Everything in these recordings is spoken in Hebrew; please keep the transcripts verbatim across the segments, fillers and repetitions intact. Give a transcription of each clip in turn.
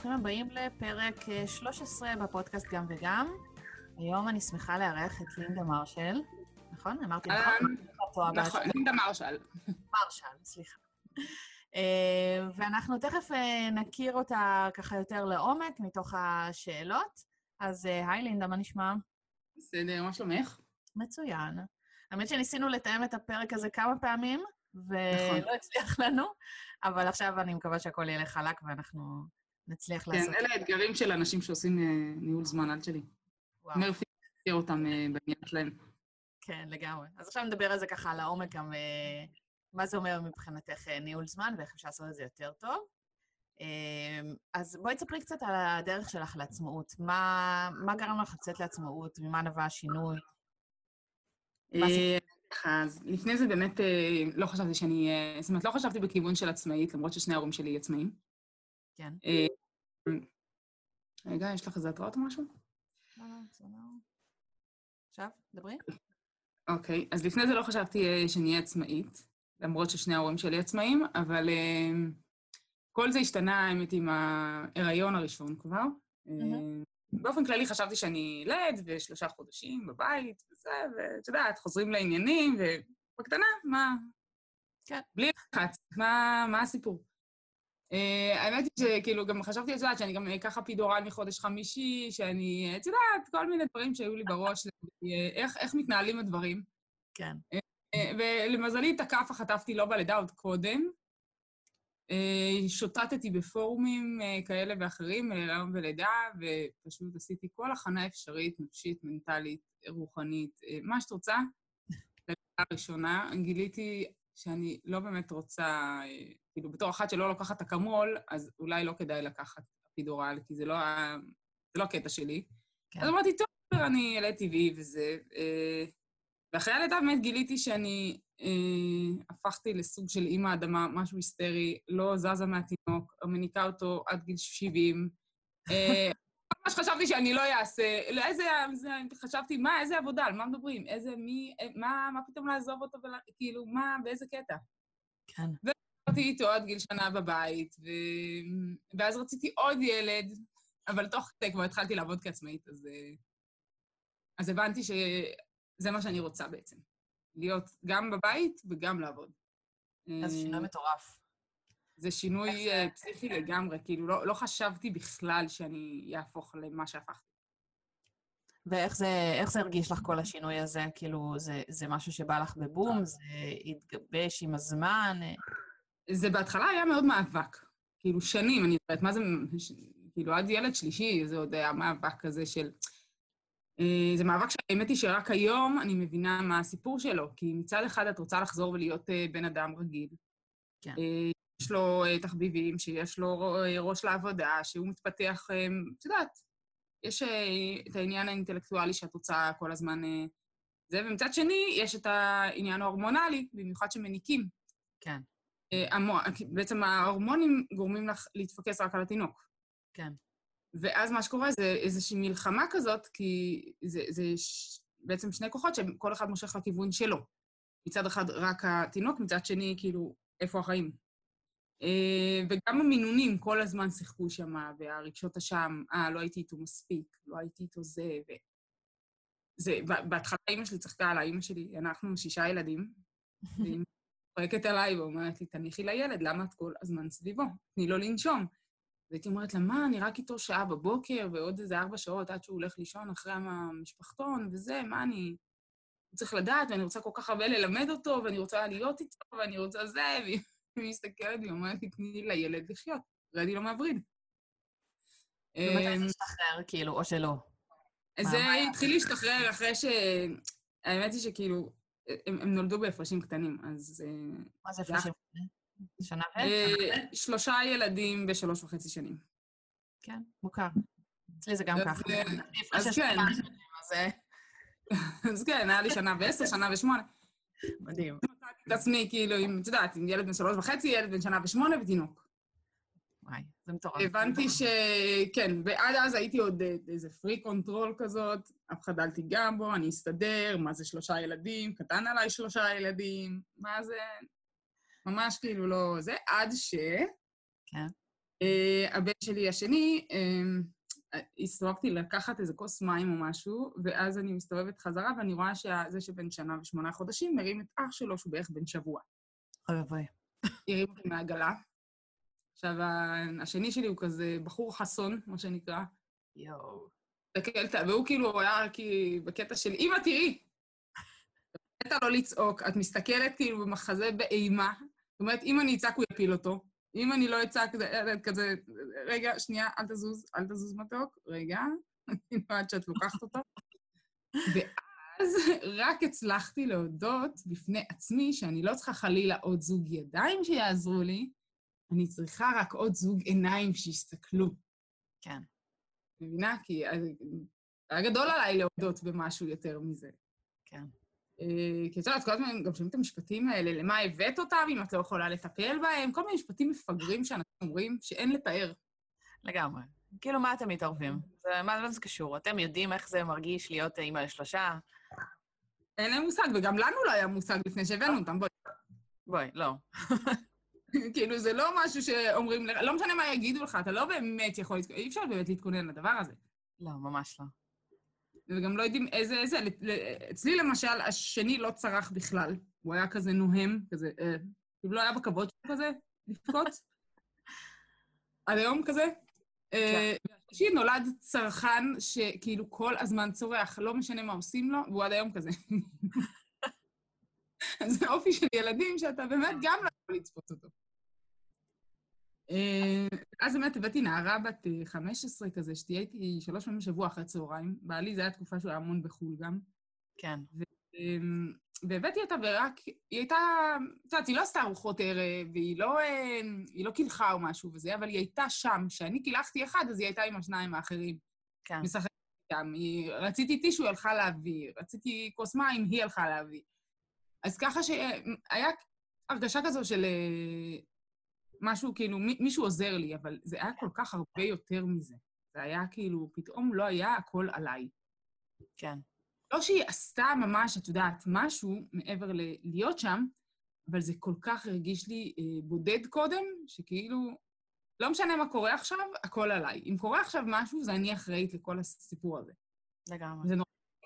ברוכים הבאים לפרק שלוש עשרה בפודקאסט גם וגם. היום אני שמחה לארח את לינדה מרשל, נכון? אמרתי נכון? נכון, לינדה מרשל. מרשל, סליחה. ואנחנו תכף נכיר אותה ככה יותר לעומק מתוך השאלות. אז היי לינדה, מה נשמע? בסדר, מה שלומך? מצוין. האמת שניסינו לתאם את הפרק הזה כמה פעמים, ולא הצליח לנו, אבל עכשיו אני מקווה שהכל יהיה לחלק ואנחנו נצליח לעשות. כן, אלה האתגרים של אנשים שעושים ניהול זמן, אל שלי. מרפי תכיר אותם בעניין שלהם. כן, לגמרי. אז עכשיו נדבר על זה ככה לעומק גם מה זה אומר מבחינתך ניהול זמן ואיך אפשר לעשות את זה יותר טוב. אז בואי תספרי קצת על הדרך שלך לעצמאות. מה, מה גרם לך לצאת לעצמאות? ממה נבע השינוי? אז לפני זה באמת לא חשבתי שאני, זאת אומרת, לא חשבתי בכיוון של עצמאית, למרות ששני ההורים שלי עצמאים. כן. רגע, יש לך איזה התראות או משהו? לא, לא, זה לא. עכשיו, דברי. אוקיי, אז לפני זה לא חשבתי שאני אהיה עצמאית, למרות ששני ההורים שלי עצמאים, אבל כל זה השתנה, האמת, עם ההיריון הראשון כבר. באופן כללי חשבתי שאני ילד, ושלושה חודשים בבית, וזה, ואת יודעת, חוזרים לעניינים, ובקטנה, מה? כן. בלי לחץ, מה, מה הסיפור? האמת היא שכאילו גם חשבתי, את יודעת, שאני גם ככה פידורל מחודש חמישי, שאני, את יודעת, כל מיני דברים שהיו לי בראש, איך, איך מתנהלים הדברים. כן. ולמזלי, את הכף חטפתי לא בלידה עוד קודם, שוטטתי בפורומים כאלה ואחרים, להיריון ולידה, ופשוט עשיתי כל הכנה אפשרית, נפשית, מנטלית, רוחנית, מה שאת רוצה. בלידה הראשונה, גיליתי שאני לא באמת רוצה, כאילו בתור אחת שלא לוקחת אקמול, אז אולי לא כדאי לקחת אפידורל, כי זה לא, זה לא הקטע שלי. כן. אז אמרתי, טוב, אני ילד טבעי וזה. ואחרי הלידה באמת גיליתי שאני אה, הפכתי לסוג של אימא אדמה, משהו היסטרי, לא זזה מהתינוק, מניקה אותו עד גיל שבעים. אה, ממש חשבתי שאני לא אעשה, לאיזה, חשבתי, מה, איזה עבודה, על מה מדברים? איזה, מי, מה, מה פתאום לעזוב אותו, ולה, כאילו, מה, באיזה קטע? כן. והייתי איתו עד גיל שנה בבית, ו... ואז רציתי עוד ילד, אבל תוך כדי כבר התחלתי לעבוד כעצמאית, אז, אז הבנתי ש... זה מה שאני רוצה בעצם. להיות גם בבית וגם לעבוד. אז שינוי מטורף. זה שינוי פסיכי לגמרי, כאילו לא, לא חשבתי בכלל שאני יהפוך למה שהפכתי. ואיך זה, איך זה הרגיש לך כל השינוי הזה? כאילו, זה, זה משהו שבא לך בבום? זה התגבש עם הזמן? זה בהתחלה היה מאוד מאבק. כאילו שנים, אני יודעת, מה זה, כאילו עד ילד שלישי, זה עוד היה מאבק כזה של... זה מאבק שהאמת היא שרק היום אני מבינה מה הסיפור שלו, כי מצד אחד את רוצה לחזור ולהיות בן אדם רגיל. כן. יש לו תחביבים, שיש לו ראש לעבודה, שהוא מתפתח, את יודעת, יש את העניין האינטלקטואלי שאת רוצה כל הזמן זה, ומצד שני יש את העניין ההורמונלי, במיוחד שמניקים. כן. בעצם ההורמונים גורמים לך להתפקס רק על התינוק. כן. ואז מה שקורה זה איזושהי מלחמה כזאת, כי זה, זה ש... בעצם שני כוחות שכל אחד מושך לכיוון שלו. מצד אחד רק התינוק, מצד שני, כאילו, איפה החיים. וגם המינונים כל הזמן שיחקו שם, והרגשות השם, אה, לא הייתי איתו מספיק, לא הייתי איתו זה, ו... זה, בהתחלה אמא שלי צחקה על האמא שלי, אנחנו שישה ילדים, והיא צוחקת עליי ואומרת לי, תניחי לילד, למה את כל הזמן סביבו? תני לו לנשום. והייתי אומרת לה, מה, אני רק איתו שעה בבוקר, ועוד איזה ארבע שעות עד שהוא הולך לישון אחרי המשפחתון, וזה, מה אני... הוא צריך לדעת, ואני רוצה כל כך הרבה ללמד אותו, ואני רוצה להיות איתו, ואני רוצה זה, והיא מסתכלת, והיא אומרת לי, תני לילד לחיות, רדי לו מהווריד. ומתי זה השתחרר, כאילו, או שלא? זה התחיל להשתחרר אחרי ש... האמת היא שכאילו, הם נולדו בהפרשים קטנים, אז... מה זה הפרשים קטנים? שנה ו? שלושה ילדים בשלוש וחצי שנים. כן, מוכר. אצלי זה גם ככה. אז כן. אז כן, היה לי שנה ועשר, שנה ושמונה. מדהים. מצאתי את עצמי, כאילו, את יודעת, עם ילד בן שלוש וחצי, ילד בן שנה ושמונה ותינוק. וואי, זה מטורף. הבנתי שכן, ועד אז הייתי עוד איזה פרי קונטרול כזאת, אף אחד עלתי גם בו, אני אסתדר, מה זה שלושה ילדים, קטן עליי שלושה ילדים, מה זה... ממש כאילו לא זה, עד ש... כן. Uh, הבן שלי השני, uh, הסתובבתי לקחת איזה כוס מים או משהו, ואז אני מסתובבת חזרה, ואני רואה שזה שבן שנה ושמונה חודשים מרים את אח שלו, שהוא בערך בן שבוע. אוי אוי. הרים אותי מהעגלה. עכשיו, השני שלי הוא כזה בחור חסון, מה שנקרא. יואו. והוא כאילו היה בקטע של, אמא, תראי! אתה לא לצעוק, את מסתכלת כאילו במחזה באימה, זאת אומרת, אם אני אצעק, הוא יפיל אותו. אם אני לא אצעק, כזה, רגע, שנייה, אל תזוז, אל תזוז מתוק, רגע, אני לא יודעת שאת לוקחת אותו. ואז רק הצלחתי להודות בפני עצמי שאני לא צריכה חלילה עוד זוג ידיים שיעזרו לי, אני צריכה רק עוד זוג עיניים שיסתכלו. כן. מבינה? כי היה גדול עליי להודות במשהו יותר מזה. כן. כי את יודעת, כל הזמן גם שומעים את המשפטים האלה, למה הבאת אותם, אם את לא יכולה לטפל בהם, כל מיני משפטים מפגרים שאנחנו אומרים שאין לתאר. לגמרי. כאילו, מה אתם מתערבים? זה, מה זה קשור? אתם יודעים איך זה מרגיש להיות אימא לשלושה? אין להם מושג, וגם לנו לא היה מושג לפני שהבאנו אותם, בואי. בואי, לא. כאילו, זה לא משהו שאומרים, לא משנה מה יגידו לך, אתה לא באמת יכול, אי אפשר באמת להתכונן לדבר הזה. לא, ממש לא. וגם לא יודעים איזה, איזה, אצלי למשל, השני לא צרח בכלל. הוא היה כזה נוהם, כזה, כאילו לא היה בכבוד שלו כזה, לפקוט. עד היום כזה. והשלישי נולד צרכן שכאילו כל הזמן צורח, לא משנה מה עושים לו, והוא עד היום כזה. זה אופי של ילדים שאתה באמת גם לא יכול לצפות אותו. אז באמת הבאתי נערה בת חמש עשרה כזה, שתהיה איתי שלוש פעמים בשבוע אחרי צהריים. בעלי, זו הייתה תקופה שהוא היה המון בחול גם. כן. והבאתי אותה ורק, היא הייתה, את יודעת, היא לא עשתה ארוחות ערב, והיא לא, היא לא קילחה או משהו וזה, אבל היא הייתה שם. כשאני קילחתי אחד, אז היא הייתה עם השניים האחרים. כן. משחקת איתם. רציתי טישו, היא הלכה להביא. רציתי כוס מים, היא הלכה להביא. אז ככה שהיה הרגשה כזו של משהו, כאילו, מישהו עוזר לי, אבל זה היה כל כך הרבה יותר מזה. זה היה כאילו, פתאום לא היה הכל עליי. כן. לא שהיא עשתה ממש, את יודעת, משהו מעבר להיות שם, אבל זה כל כך הרגיש לי אה, בודד קודם, שכאילו, לא משנה מה קורה עכשיו, הכל עליי. אם קורה עכשיו משהו, זה אני אחראית לכל הסיפור הזה. לגמרי. זה נורא.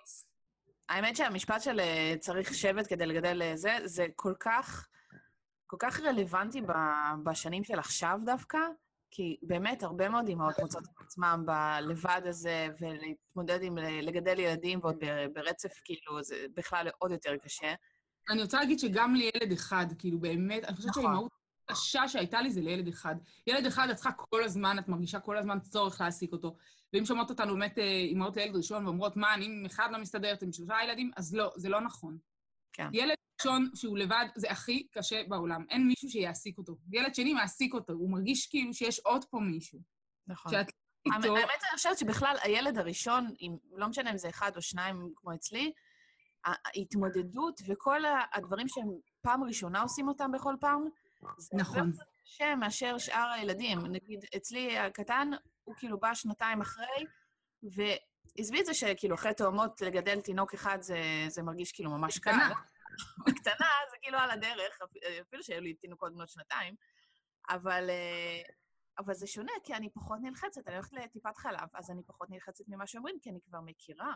האמת שהמשפט של צריך שבט כדי לגדל זה, זה כל כך, כל כך רלוונטי בשנים של עכשיו דווקא, כי באמת הרבה מאוד אמהות מוצאות את עצמם בלבד הזה, ולהתמודד עם לגדל ילדים, ועוד ברצף, כאילו, זה בכלל עוד יותר קשה. אני רוצה להגיד שגם לילד אחד, כאילו, באמת, אני חושבת שהאימהות הקשה שהייתה לי זה לילד אחד. ילד אחד, את צריכה כל הזמן, את מרגישה כל הזמן צורך להעסיק אותו. ואם שומעות אותנו באמת אימהות לילד ראשון, ואומרות, מה, אני עם אחד לא מסתדרת, עם שלושה ילדים, אז לא, זה לא נכון. כן. ילד ראשון שהוא לבד, זה הכי קשה בעולם. אין מישהו שיעסיק אותו. ילד שני מעסיק אותו, הוא מרגיש כאילו שיש עוד פה מישהו. נכון. שאת איתו... האמת, אני חושבת שבכלל הילד הראשון, לא משנה אם זה אחד או שניים כמו אצלי, ההתמודדות וכל הדברים שהם פעם ראשונה עושים אותם בכל פעם, זה נכון. הרבה קשה מאשר שאר הילדים. נגיד, אצלי הקטן, הוא כאילו בא שנתיים אחרי, ועזבי את זה שכאילו אחרי תאומות לגדל תינוק אחד, זה, זה מרגיש כאילו ממש קל. בקטנה, זה כאילו על הדרך, אפילו שהיו לי תינוקות בנות שנתיים, אבל, אבל זה שונה, כי אני פחות נלחצת, אני הולכת לטיפת חלב, אז אני פחות נלחצת ממה שאומרים, כי אני כבר מכירה.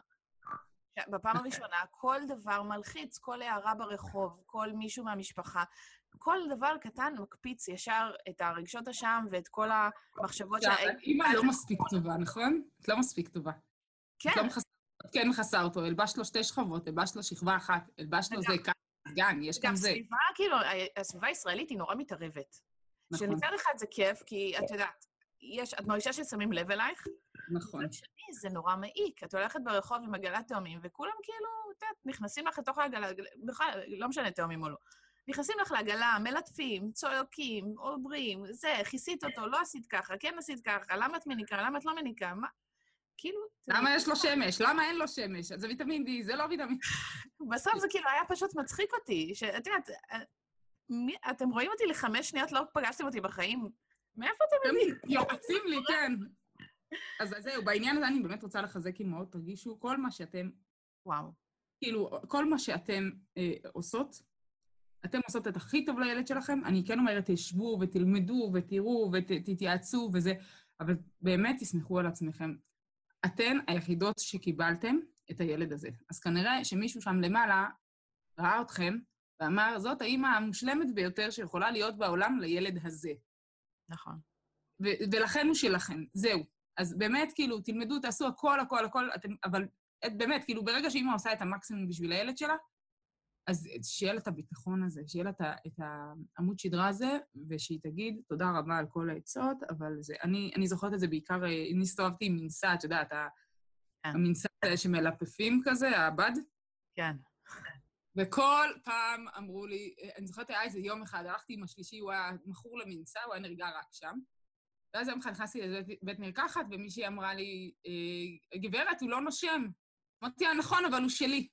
בפעם הראשונה, כל דבר מלחיץ, כל הערה ברחוב, כל מישהו מהמשפחה, כל דבר קטן מקפיץ ישר את הרגשות השם ואת כל המחשבות שה... אמא לא מספיק טובה, נכון? את לא מספיק טובה. כן. את כן מכסה אותו, אלבש לו שתי שכבות, אלבש לו שכבה אחת, אלבש לו זה גן, יש גם זה. גם סביבה, כאילו, הסביבה הישראלית היא נורא מתערבת. נכון. שמצד אחד זה כיף, כי את יודעת, יש, את מרגישה ששמים לב אלייך. נכון. מצד שני, זה נורא מעיק. את הולכת ברחוב עם עגלת תאומים, וכולם כאילו, את יודעת, נכנסים לך לתוך העגלה, בכלל, לא משנה תאומים או לא. נכנסים לך לעגלה, מלטפים, צועקים, עוברים, זה, כיסית אותו, לא עשית ככה, כן עשית ככה, למה את מניקה, למה את לא מניקה, מה? כאילו... למה יש לו שמש? למה אין לו שמש? זה ויטמין די, זה לא ויטמין. בסוף זה כאילו היה פשוט מצחיק אותי, שאת יודעת, אתם רואים אותי לחמש שניות, לא פגשתם אותי בחיים? מאיפה אתם יודעים? יועצים לי, כן. אז זהו, בעניין הזה אני באמת רוצה לחזק אמהות, תרגישו כל מה שאתם... וואו. כאילו, כל מה שאתם עושות, אתם עושות את הכי טוב לילד שלכם, אני כן אומרת, תשבו ותלמדו ותראו ותתייעצו וזה, אבל באמת תסמכו על עצמכם. אתן היחידות שקיבלתם את הילד הזה. אז כנראה שמישהו שם למעלה ראה אתכם ואמר, זאת האמא המושלמת ביותר שיכולה להיות בעולם לילד הזה. נכון. ו- ולכן הוא שלכם, זהו. אז באמת, כאילו, תלמדו, תעשו הכל, הכל, הכל, אתם, אבל את, באמת, כאילו, ברגע שאמא עושה את המקסימום בשביל הילד שלה, אז שיהיה לה את הביטחון הזה, שיהיה לה את העמוד שדרה הזה, ושהיא תגיד, תודה רבה על כל העצות, אבל זה, אני, אני זוכרת את זה בעיקר, אני הסתובבתי עם מנסה, את יודעת, המנסה שמלפפים כזה, הבד. כן. וכל פעם אמרו לי, אני זוכרת, היה איזה יום אחד, הלכתי עם השלישי, הוא היה מכור למנסה, הוא היה נרגע רק שם. ואז יום אחד נכנסתי לבית מרקחת, ומישהי אמרה לי, גברת, הוא לא נושם. אמרתי, נכון, אבל הוא שלי.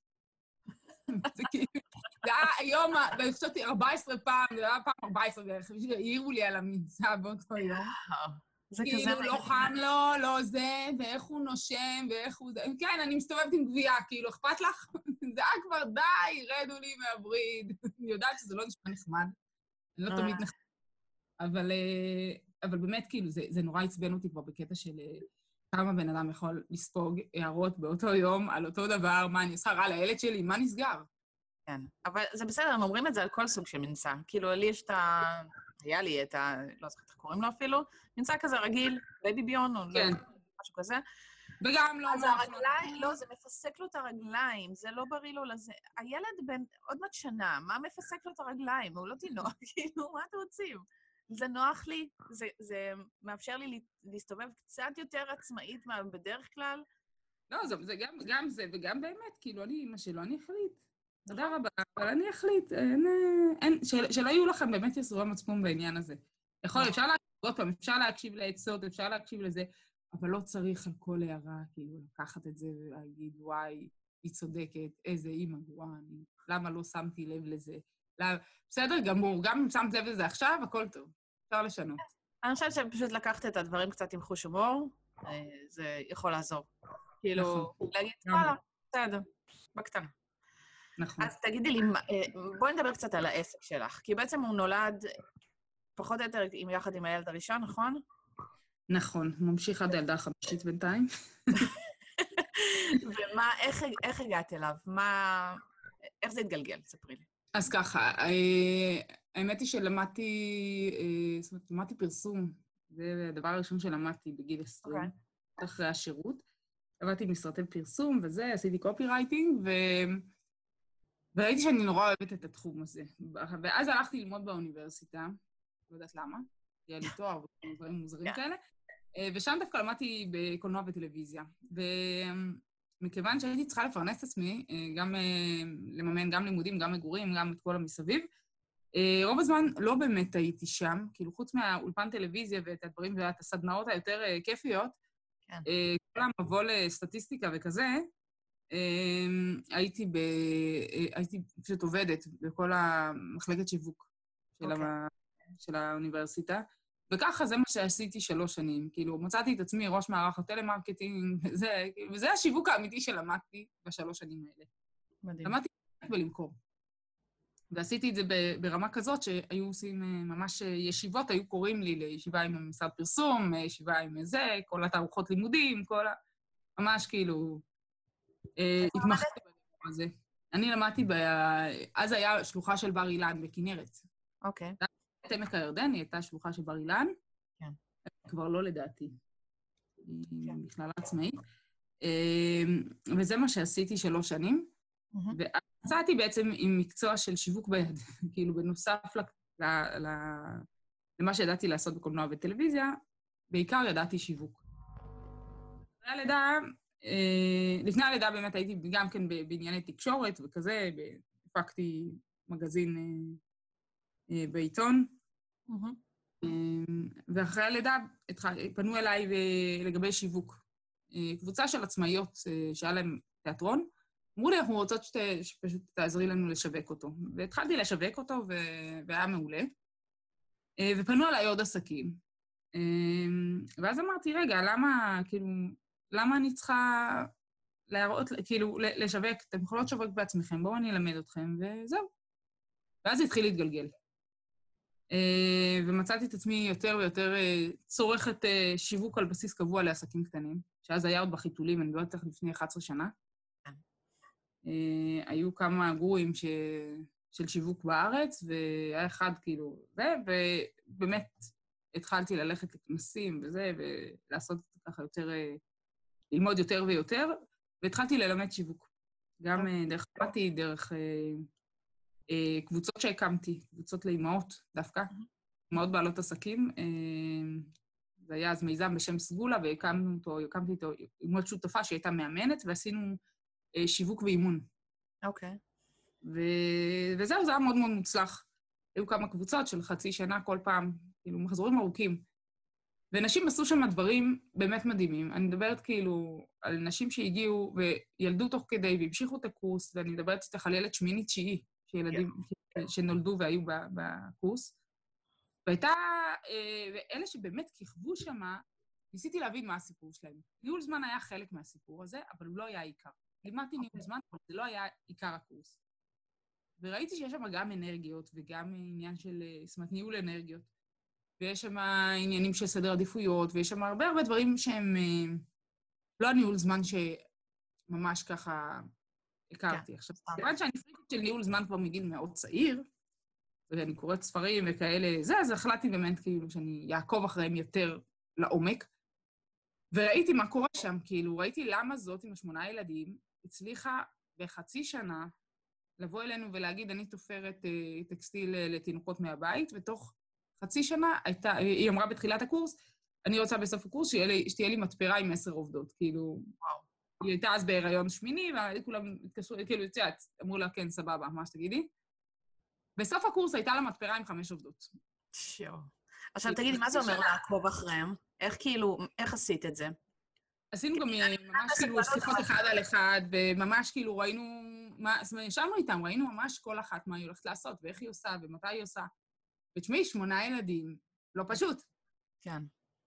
זה כאילו, זה היה יום, ואני חושבתי ארבע עשרה פעם, זה היה פעם ארבע עשרה בערך, העירו לי על המנסה באותו יום. זה כזה... כאילו, לא חם לו, לא זה, ואיך הוא נושם, ואיך הוא... כן, אני מסתובבת עם גבייה, כאילו, אכפת לך? זה היה כבר די, רדו לי מהבריד. אני יודעת שזה לא נשמע נחמד, אני לא תמיד נחמד. אבל, אבל באמת, כאילו, זה, זה נורא עצבן אותי כבר בקטע של כמה בן אדם יכול לספוג הערות באותו יום על אותו דבר, מה אני עושה רע לילד שלי, מה נסגר? כן, אבל זה בסדר, הם אומרים את זה על כל סוג של מנסה. כאילו, לי יש את ה... היה לי את ה... לא זוכרת איך קוראים לו אפילו, מנסה כזה רגיל, בייבי ביון, או כן. לא, משהו כזה. וגם לא... אז הרגליים, לא, זה מפסק לו את הרגליים, זה לא בריא לו לזה. הילד בן עוד מעט שנה, מה מפסק לו את הרגליים? הוא לא תינוק, כאילו, מה אתם רוצים? זה נוח לי, זה, זה מאפשר לי להסתובב קצת יותר עצמאית בדרך כלל. לא, זה, זה גם, גם זה, וגם באמת, כאילו, אני אמא שלו, אני אחליט. תודה רבה, אבל אני אחליט, אין, אין, של, שלא יהיו לכם באמת יסורי מצפון בעניין הזה. יכול, אפשר להקשיב, עוד פעם, אפשר להקשיב לעצות, אפשר להקשיב לזה, אבל לא צריך על כל הערה, כאילו, לקחת את זה ולהגיד, וואי, היא צודקת, איזה אימא גרועה, למה לא שמתי לב לזה? למה... בסדר, גמור, גם אם שמת לב לזה עכשיו, הכל טוב. אפשר לשנות. אני חושבת שפשוט לקחת את הדברים קצת עם חוש הומור, זה יכול לעזור. כאילו, להגיד, וואלה, בסדר, בקטנה. נכון. אז תגידי לי, בואי נדבר קצת על העסק שלך, כי בעצם הוא נולד פחות או יותר יחד עם הילד הראשון, נכון? נכון, ממשיך עד הילדה החמישית בינתיים. ומה, איך, איך הגעת אליו? מה, איך זה התגלגל? ספרי לי. אז ככה, האמת היא שלמדתי, זאת אומרת, למדתי פרסום. זה הדבר הראשון שלמדתי בגיל עשרים, okay. אחרי השירות. עבדתי בסרטי פרסום וזה, עשיתי קופי רייטינג, ו... וראיתי שאני נורא אוהבת את התחום הזה. ואז הלכתי ללמוד באוניברסיטה, לא יודעת למה, היה לי תואר ודברים מוזרים yeah. כאלה, ושם דווקא למדתי בקולנוע וטלוויזיה. ומכיוון שהייתי צריכה לפרנס את עצמי, גם לממן גם לימודים, גם מגורים, גם את כל המסביב, רוב הזמן לא באמת הייתי שם, כאילו חוץ מהאולפן טלוויזיה ואת הדברים ואת הסדנאות היותר כיפיות, כן. כל המבוא לסטטיסטיקה וכזה, הייתי, ב... הייתי פשוט עובדת בכל המחלקת שיווק של, okay. ה... של האוניברסיטה, וככה זה מה שעשיתי שלוש שנים. כאילו, מצאתי את עצמי ראש מערך הטלמרקטינג, וזה, וזה השיווק האמיתי שלמדתי בשלוש שנים האלה. מדהים. למדתי ולמכור. ועשיתי את זה ברמה כזאת שהיו עושים ממש ישיבות, היו קוראים לי לישיבה עם המשרד פרסום, ישיבה עם זה, כל התערוכות לימודים, כל ה... ממש כאילו... התמחתי בדבר הזה. אני למדתי ב... אז היה שלוחה של בר אילן בכנרת. אוקיי. את עמק הירדן, היא הייתה שלוחה של בר אילן. כן. כבר לא לדעתי. היא מכללה עצמאית. וזה מה שעשיתי שלוש שנים. ויצאתי בעצם עם מקצוע של שיווק ביד, כאילו בנוסף למה שידעתי לעשות בקולנוע וטלוויזיה, בעיקר ידעתי שיווק. אחרי הלידה, לפני הלידה באמת הייתי גם כן בענייני תקשורת וכזה, הפקתי מגזין בעיתון, ואחרי הלידה פנו אליי לגבי שיווק. קבוצה של עצמאיות שהיה להם תיאטרון, אמרו לי, אנחנו רוצות שת, שפשוט תעזרי לנו לשווק אותו. והתחלתי לשווק אותו, והיה מעולה. ופנו עליי עוד עסקים. ואז אמרתי, רגע, למה, כאילו, למה אני צריכה להראות, כאילו, לשווק, אתם יכולות לשווק בעצמכם, בואו אני אלמד אתכם, וזהו. ואז זה התחיל להתגלגל. ומצאתי את עצמי יותר ויותר צורכת שיווק על בסיס קבוע לעסקים קטנים, שאז היה עוד בחיתולים, אני מדברת לפני אחת עשרה שנה. היו כמה גרועים של שיווק בארץ, והיה אחד כאילו, ובאמת התחלתי ללכת לכנסים וזה, ולעשות ככה יותר, ללמוד יותר ויותר, והתחלתי ללמד שיווק. גם דרך פרטי, דרך קבוצות שהקמתי, קבוצות לאימהות דווקא, אימהות בעלות עסקים. זה היה אז מיזם בשם סגולה, והקמנו אותו, הקמתי אותו עם עוד שותפה שהייתה מאמנת, ועשינו שיווק ואימון. אוקיי. וזהו, זה היה מאוד מאוד מוצלח. היו כמה קבוצות של חצי שנה כל פעם, כאילו מחזורים ארוכים. ונשים עשו שם דברים באמת מדהימים. אני מדברת כאילו על נשים שהגיעו וילדו תוך כדי והמשיכו את הקורס, ואני מדברת איתך על ילד שמיני תשיעי, שילדים שנולדו והיו בקורס. והייתה, ואלה שבאמת כיכבו שם, ניסיתי להבין מה הסיפור שלהם. ניהול זמן היה חלק מהסיפור הזה, אבל הוא לא היה עיקר. לימדתי ניהול זמן, אבל זה לא היה עיקר הקורס. וראיתי שיש שם גם אנרגיות, וגם עניין של, זאת אומרת, ניהול אנרגיות. ויש שם עניינים של סדר עדיפויות, ויש שם הרבה הרבה דברים שהם לא הניהול זמן שממש ככה הכרתי. עכשיו, כיוון שאני פריקית של ניהול זמן כבר מגיל מאוד צעיר, ואני קוראת ספרים וכאלה, זה, אז החלטתי באמת כאילו שאני אעקוב אחריהם יותר לעומק, וראיתי מה קורה שם, כאילו, ראיתי למה זאת עם השמונה ילדים הצליחה בחצי שנה לבוא אלינו ולהגיד, אני תופרת אה, טקסטיל לתינוקות מהבית, ותוך חצי שנה הייתה, היא אמרה בתחילת הקורס, אני רוצה בסוף הקורס שתהיה לי, שתהיה לי מתפרה עם עשר עובדות, כאילו, וואו. היא הייתה אז בהיריון שמיני, וכולם התקשרו, כאילו, יצאת, אמרו לה, כן, סבבה, מה שתגידי. בסוף הקורס הייתה לה מתפרה עם חמש עובדות. שיו. עכשיו תגידי, מה זה אומר לעקוב אחריהם? איך כאילו, איך עשית את זה? עשינו גם ממש כאילו שיחות אחד על אחד, וממש כאילו ראינו, זאת אומרת, ישבנו איתם, ראינו ממש כל אחת מה היא הולכת לעשות, ואיך היא עושה, ומתי היא עושה. ותשמעי, שמונה ילדים, לא פשוט. כן.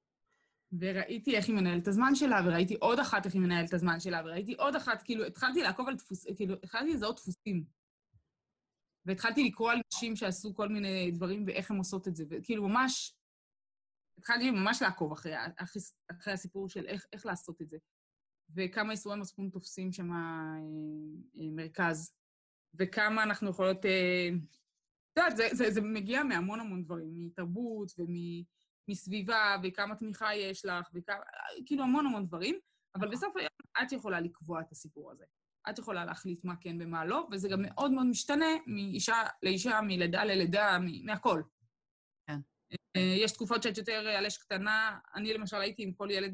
וראיתי איך היא מנהלת את הזמן שלה, וראיתי עוד אחת איך היא מנהלת את הזמן שלה, וראיתי עוד אחת, כאילו, התחלתי לעקוב על דפוס, כאילו, התחלתי לזהות דפוסים. והתחלתי לקרוא על נשים שעשו כל מיני דברים, ואיך הן עושות את זה, וכאילו, ממש, התחלתי ממש לעקוב אחרי, אחרי, אחרי הסיפור של איך, איך לעשות את זה. וכמה איסורי מצפון תופסים שם אה, אה, מרכז, וכמה אנחנו יכולות... אה, את יודעת, זה, זה, זה מגיע מהמון המון דברים, מתרבות ומסביבה, וכמה תמיכה יש לך, וכמה, כאילו המון המון דברים, אבל בסוף היום את יכולה לקבוע את הסיפור הזה. את יכולה להחליט מה כן ומה לא, וזה גם מאוד מאוד משתנה מאישה לאישה, מלידה ללידה, מהכל. כן. יש תקופות שאת יותר על אש קטנה, אני למשל הייתי עם כל ילד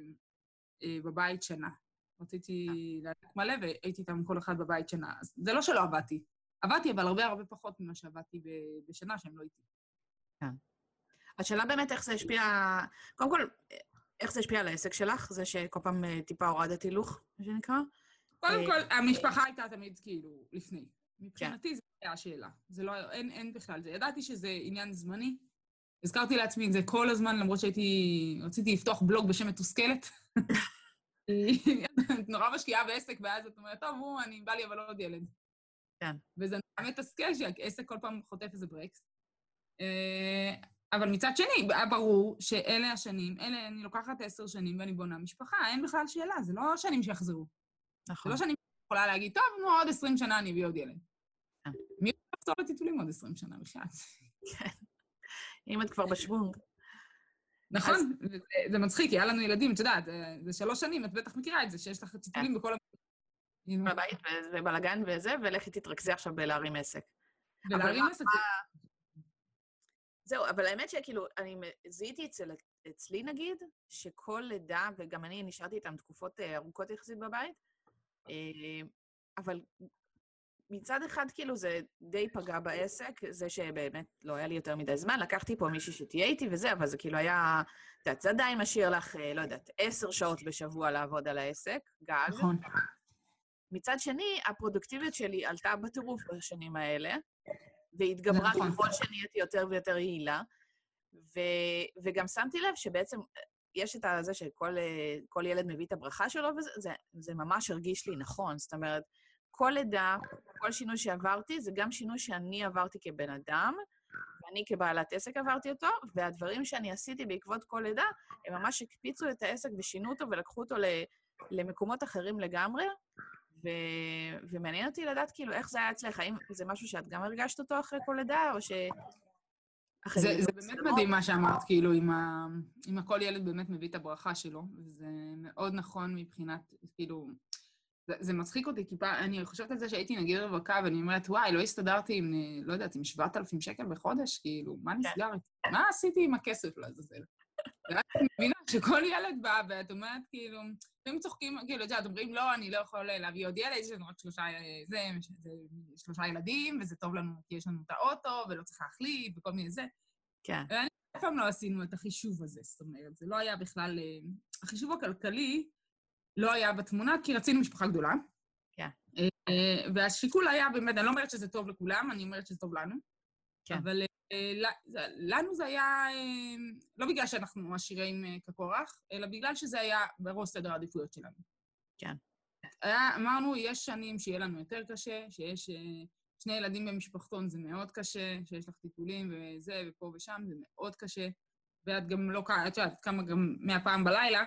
בבית שנה. רציתי להדק מלא, והייתי איתם כל אחד בבית שנה. אז זה לא שלא עבדתי. עבדתי, אבל הרבה הרבה פחות ממה שעבדתי בשנה שהם לא איתי. כן. השאלה באמת איך זה השפיע, קודם כל, איך זה השפיע על העסק שלך? זה שכל פעם טיפה הורדת הילוך, מה שנקרא? קודם כל, המשפחה הייתה תמיד כאילו לפני. מבחינתי זו הייתה השאלה. זה לא, אין, אין בכלל זה. ידעתי שזה עניין זמני. הזכרתי לעצמי את זה כל הזמן, למרות שהייתי, רציתי לפתוח בלוג בשם מתוסכלת. נורא משקיעה בעסק, ואז את אומרת, טוב, הוא, אני בא לי אבל עוד ילד. כן. וזה נורא מתסכל שהעסק כל פעם חוטף איזה ברקס. אבל מצד שני, היה ברור שאלה השנים, אלה, אני לוקחת עשר שנים ואני בונה משפחה, אין בכלל שאלה, זה לא שנים שיחזרו. נכון. זה לא שנים שיכולה להגיד, טוב, נו, עוד עשרים שנה אני אביא עוד ילד. כן. מי יכול לחזור לטיטולים עוד עשרים שנה בכלל? כן. אם את כבר בשוונג. נכון, זה מצחיק, היה לנו ילדים, את יודעת, זה שלוש שנים, את בטח מכירה את זה, שיש לך טיטולים בכל המ... בבית ובלגן וזה, ולכי תתרכזי עכשיו בלהרים עסק. בלהרים עסק זה... זהו, אבל האמת שכאילו, אני זיהיתי אצל, אצלי נגיד, שכל לידה, וגם אני נשארתי איתם תקופות ארוכות יחסית בבית, אבל מצד אחד כאילו זה די פגע בעסק, זה שבאמת לא היה לי יותר מדי זמן, לקחתי פה מישהי שתהיה איתי וזה, אבל זה כאילו היה, את יודעת, זה עדיין משאיר לך, לא יודעת, עשר שעות בשבוע לעבוד על העסק, גג. נכון. מצד שני, הפרודוקטיביות שלי עלתה בטירוף בשנים האלה, והתגברה ככל שנהייתי יותר ויותר יעילה, ו- וגם שמתי לב שבעצם יש את זה שכל כל ילד מביא את הברכה שלו, וזה זה, זה ממש הרגיש לי נכון. זאת אומרת, כל לידה, כל שינוי שעברתי, זה גם שינוי שאני עברתי כבן אדם, ואני כבעלת עסק עברתי אותו, והדברים שאני עשיתי בעקבות כל לידה, הם ממש הקפיצו את העסק ושינו אותו ולקחו אותו למקומות אחרים לגמרי, ו... ומעניין אותי לדעת כאילו איך זה היה אצלך, האם זה משהו שאת גם הרגשת אותו אחרי כל לידה, או ש... זה, זה באמת מדהים מה שאמרת, כאילו, עם, ה... עם הכל ילד באמת מביא את הברכה שלו, וזה מאוד נכון מבחינת, כאילו, זה, זה מצחיק אותי, כי פעם, אני חושבת על זה שהייתי נגיד רווקה, ואני אומרת, וואי, לא הסתדרתי עם, לא יודעת, עם שבעת אלפים שקל בחודש, כאילו, מה נסגר? מה עשיתי עם הכסף לעזאזל? ואז אני מבינה שכל ילד בא, ואת אומרת, כאילו, אתם צוחקים, כאילו, את יודעת, אומרים, לא, אני לא יכול להביא עוד ילד, יש לנו רק שלושה, זה, זה, שלושה ילדים, וזה טוב לנו, כי יש לנו את האוטו, ולא צריך להחליט, וכל מיני זה. כן. ואני אף פעם לא עשינו את החישוב הזה, זאת אומרת, זה לא היה בכלל, החישוב הכלכלי לא היה בתמונה, כי רצינו משפחה גדולה. כן. והשיקול היה באמת, אני לא אומרת שזה טוב לכולם, אני אומרת שזה טוב לנו. כן. אבל לנו זה היה, לא בגלל שאנחנו עשירים כקורח, אלא בגלל שזה היה בראש סדר העדיפויות שלנו. כן. היה, אמרנו, יש שנים שיהיה לנו יותר קשה, שיש שני ילדים במשפחתון זה מאוד קשה, שיש לך טיפולים וזה ופה ושם, זה מאוד קשה, ואת גם לא, את יודעת, כמה גם מהפעם בלילה,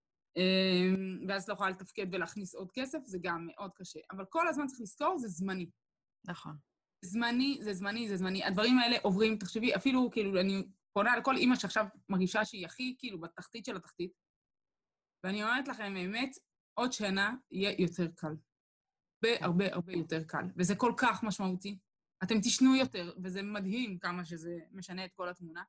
ואז לא יכולה לתפקד ולהכניס עוד כסף, זה גם מאוד קשה. אבל כל הזמן צריך לזכור, זה זמני. נכון. זמני, זה זמני, זה זמני. הדברים האלה עוברים, תחשבי, אפילו, כאילו, אני פונה לכל אימא שעכשיו מרגישה שהיא הכי, כאילו, בתחתית של התחתית, ואני אומרת לכם, באמת, עוד שנה יהיה יותר קל. הרבה, הרבה, הרבה יותר קל. וזה כל כך משמעותי. אתם תשנו יותר, וזה מדהים כמה שזה משנה את כל התמונה.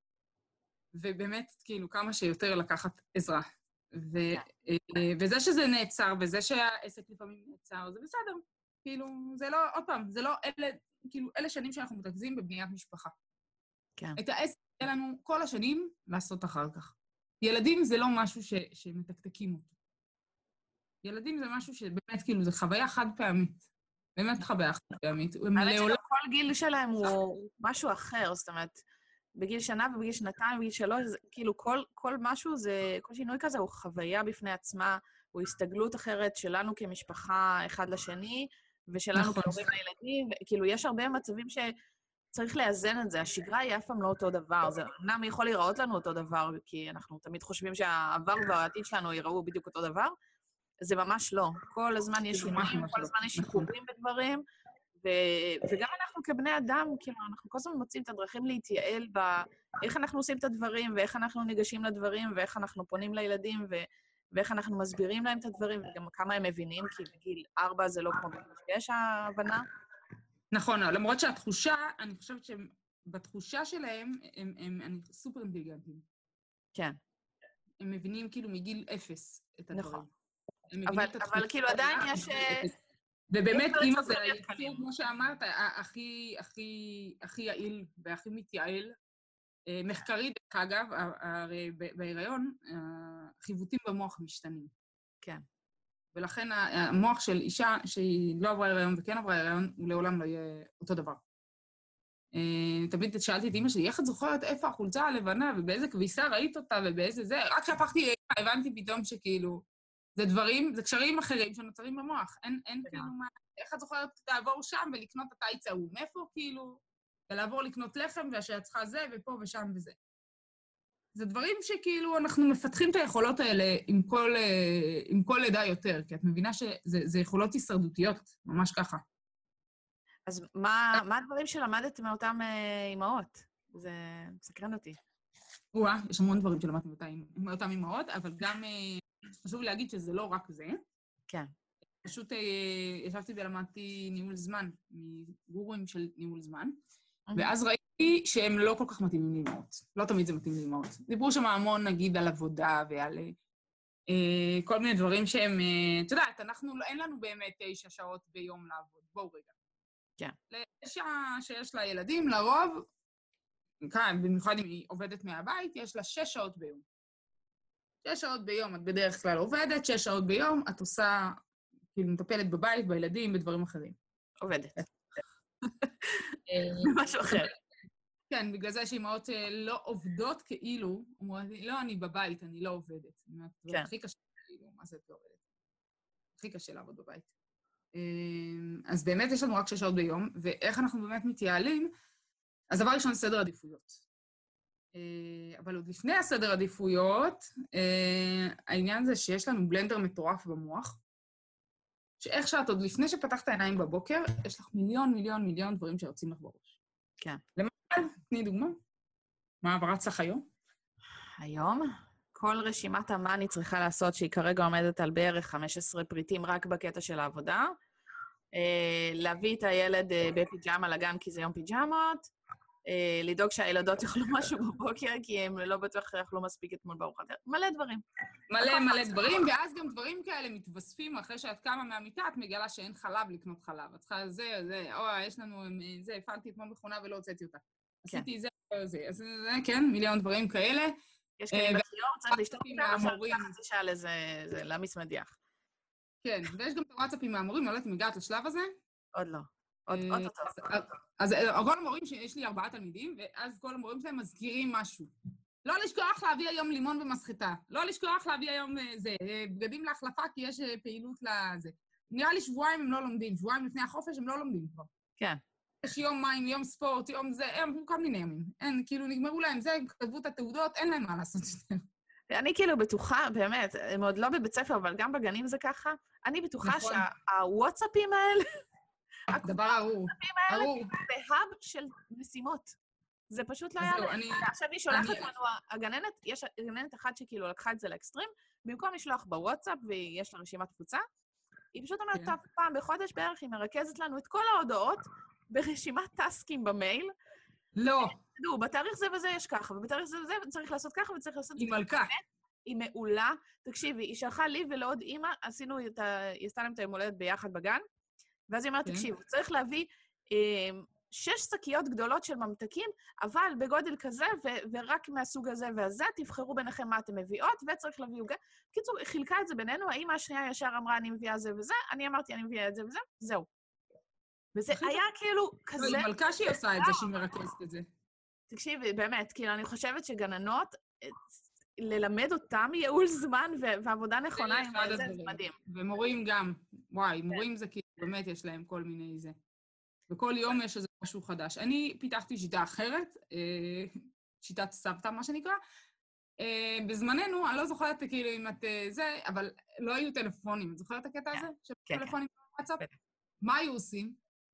ובאמת, כאילו, כמה שיותר לקחת עזרה. ו, וזה שזה נעצר, וזה שהעסק לפעמים נעצר, זה בסדר. כאילו, זה לא, עוד פעם, זה לא אלה, כאילו, אלה שנים שאנחנו מתרכזים בבניית משפחה. כן. את העסק יהיה לנו כל השנים לעשות אחר כך. ילדים זה לא משהו ש, שמתקתקים אותו. ילדים זה משהו שבאמת, כאילו, זה חוויה חד פעמית. באמת חוויה חד פעמית. האמת שגם כל גיל שלהם הוא משהו אחר, זאת אומרת, בגיל שנה ובגיל שנתיים, בגיל שלוש, כאילו, כל, כל משהו זה, כל שינוי כזה הוא חוויה בפני עצמה, הוא הסתגלות אחרת שלנו כמשפחה אחד לשני, ושלנו כהורים לילדים, כאילו, יש הרבה מצבים שצריך לאזן את זה. השגרה היא אף פעם לא אותו דבר. זה אמנם יכול להיראות לנו אותו דבר, כי אנחנו תמיד חושבים שהעבר והעתיד שלנו ייראו בדיוק אותו דבר, זה ממש לא. כל הזמן יש שינויים, כל הזמן יש שיפורים בדברים, וגם אנחנו כבני אדם, כאילו, אנחנו כל הזמן מוצאים את הדרכים להתייעל באיך אנחנו עושים את הדברים, ואיך אנחנו ניגשים לדברים, ואיך אנחנו פונים לילדים, ואיך אנחנו מסבירים להם את הדברים, וגם כמה הם מבינים, כי בגיל ארבע זה לא כמו בגיל שש ההבנה. נכון, למרות שהתחושה, אני חושבת שבתחושה שלהם, הם, הם, הם סופר אינטליגנטים. כן. הם מבינים כאילו מגיל אפס את הדברים. נכון. אבל, אבל כאילו עדיין יש... ובאמת, אימא זה היצור, כמו שאמרת, הכי, הכי, הכי יעיל והכי מתייעל. מחקרית, אגב, הרי בהיריון, החיווטים במוח משתנים. כן. ולכן המוח של אישה שהיא לא עברה הריון וכן עברה הריון, הוא לעולם לא יהיה אותו דבר. תמיד שאלתי את אמא שלי, איך את זוכרת איפה החולצה הלבנה, ובאיזה כביסה ראית אותה, ובאיזה זה, רק כשהפכתי, הבנתי פתאום שכאילו, זה דברים, זה קשרים אחרים שנוצרים במוח. אין, אין כאילו מה, איך את זוכרת לעבור שם ולקנות את הטייץ ההוא, מאיפה כאילו, ולעבור לקנות לחם והשאת צריכה זה, ופה ושם וזה. זה דברים שכאילו אנחנו מפתחים את היכולות האלה עם כל, עם כל לידה יותר, כי את מבינה שזה יכולות הישרדותיות, ממש ככה. אז מה, מה הדברים שלמדת מאותם אימהות? זה מסקרן אותי. וואה, יש המון דברים שלמדתי מאותם אימהות, אבל גם חשוב להגיד שזה לא רק זה. כן. פשוט ישבתי ולמדתי ניהול זמן, מגורואים של ניהול זמן, ואז ראיתי שהם לא כל כך מתאימים לאימהות. לא תמיד זה מתאים לאימהות. דיברו שם המון, נגיד, על עבודה ועל אה, כל מיני דברים שהם... אה, את יודעת, אנחנו, אין לנו באמת תשע שעות ביום לעבוד. בואו רגע. כן. לאישה שיש לה ילדים, לרוב, כאן, במיוחד אם היא עובדת מהבית, יש לה שש שעות ביום. שש שעות ביום את בדרך כלל עובדת, שש שעות ביום את עושה, כאילו, מטפלת בבית, בילדים, בדברים אחרים. עובדת. משהו אחר. כן, בגלל זה שאימהות לא עובדות כאילו, אומרות, לא, אני בבית, אני לא עובדת. זה הכי קשה, כאילו, מה זה את לא עובדת? הכי קשה לעבוד בבית. אז באמת יש לנו רק שש שעות ביום, ואיך אנחנו באמת מתייעלים, אז דבר ראשון, סדר עדיפויות. אבל עוד לפני הסדר עדיפויות, העניין זה שיש לנו בלנדר מטורף במוח, שאיך שאת עוד לפני שפתחת העיניים בבוקר, יש לך מיליון, מיליון, מיליון דברים שיוצאים לך בראש. כן. למשל, תני דוגמה. מה רץ לך היום? היום? כל רשימת מה אני צריכה לעשות, שהיא כרגע עומדת על בערך חמישה עשר פריטים רק בקטע של העבודה, להביא את הילד בפיג'מה לגן כי זה יום פיג'מות, לדאוג שהילדות יאכלו משהו בבוקר, כי הם לא בטוח יאכלו מספיק אתמול בארוחת. מלא דברים. מלא מלא דברים, ואז גם דברים כאלה מתווספים, אחרי שאת קמה מהמיטה, את מגלה שאין חלב לקנות חלב. את צריכה זה, זה, או, יש לנו, זה, הפעלתי אתמול מכונה ולא הוצאתי אותה. עשיתי זה, זה, אז זה, כן, מיליון דברים כאלה. יש כאלה בשיור, צריך לשתות אותם, עכשיו חצי שעה לזה, להמיס מדיח. כן, ויש גם את הוואטסאפים מהמורים, לא יודעת אם הגעת לשלב הזה? עוד לא. עוד אותו. אז כל המורים שיש לי ארבעה תלמידים, ואז כל המורים שלהם מזכירים משהו. לא לשכוח להביא היום לימון ומסחטה. לא לשכוח להביא היום זה, בגדים להחלפה, כי יש פעילות לזה. נראה לי שבועיים הם לא לומדים, שבועיים לפני החופש הם לא לומדים כבר. כן. יש יום מים, יום ספורט, יום זה, הם כל מיני ימים. אין, כאילו נגמרו להם זה, הם כתבו את התעודות, אין להם מה לעשות יותר. אני כאילו בטוחה, באמת, הם עוד לא בבית ספר, אבל גם בגנים זה ככה, אני בטוחה שהוואטסאפים האלה, דבר ארור, ארור. בהאב של משימות. זה פשוט לא היה... עכשיו היא שולחת לנו, הגננת, יש גננת אחת שכאילו לקחה את זה לאקסטרים, במקום לשלוח בוואטסאפ, ויש לה רשימת תפוצה, היא פשוט אומרת, טוב, פעם בחודש בערך היא מרכזת לנו את כל ההודעות ברשימת טסקים במייל. לא. תדעו, בתאריך זה וזה יש ככה, ובתאריך זה וזה צריך לעשות ככה, וצריך לעשות... היא מלכה. היא מעולה. תקשיבי, היא שלחה לי ולעוד אימא, עשינו את ה... היא עשתה להם את היום הולדת ביחד בגן, ואז היא אומרת, תקשיבו, צריך להביא שש שקיות גדולות של ממתקים, אבל בגודל כזה, ורק מהסוג הזה והזה, תבחרו ביניכם מה אתם מביאות, וצריך להביא עוגה. בקיצור, היא חילקה את זה בינינו, האמא השנייה ישר אמרה, אני מביאה זה וזה, אני אמרתי, אני מביאה את זה וזה, זהו. וזה היה כאילו כזה... היא מלכה שהיא עושה את זה, שהיא מרכזת את זה. תקשיבי, באמת, כאילו, אני חושבת שגננות, ללמד אותם ייעול זמן ועבודה נכונה עם זה, זה מדהים. ומורים גם, וואי, מורים זה כאילו, באמת יש להם כל מיני זה. וכל יום יש איזה משהו חדש. אני פיתחתי שיטה אחרת, שיטת סבתא, מה שנקרא. בזמננו, אני לא זוכרת כאילו אם את זה, אבל לא היו טלפונים. את זוכרת את הקטע הזה? כן. טלפונים בוואטסאפ? מה היו עושים?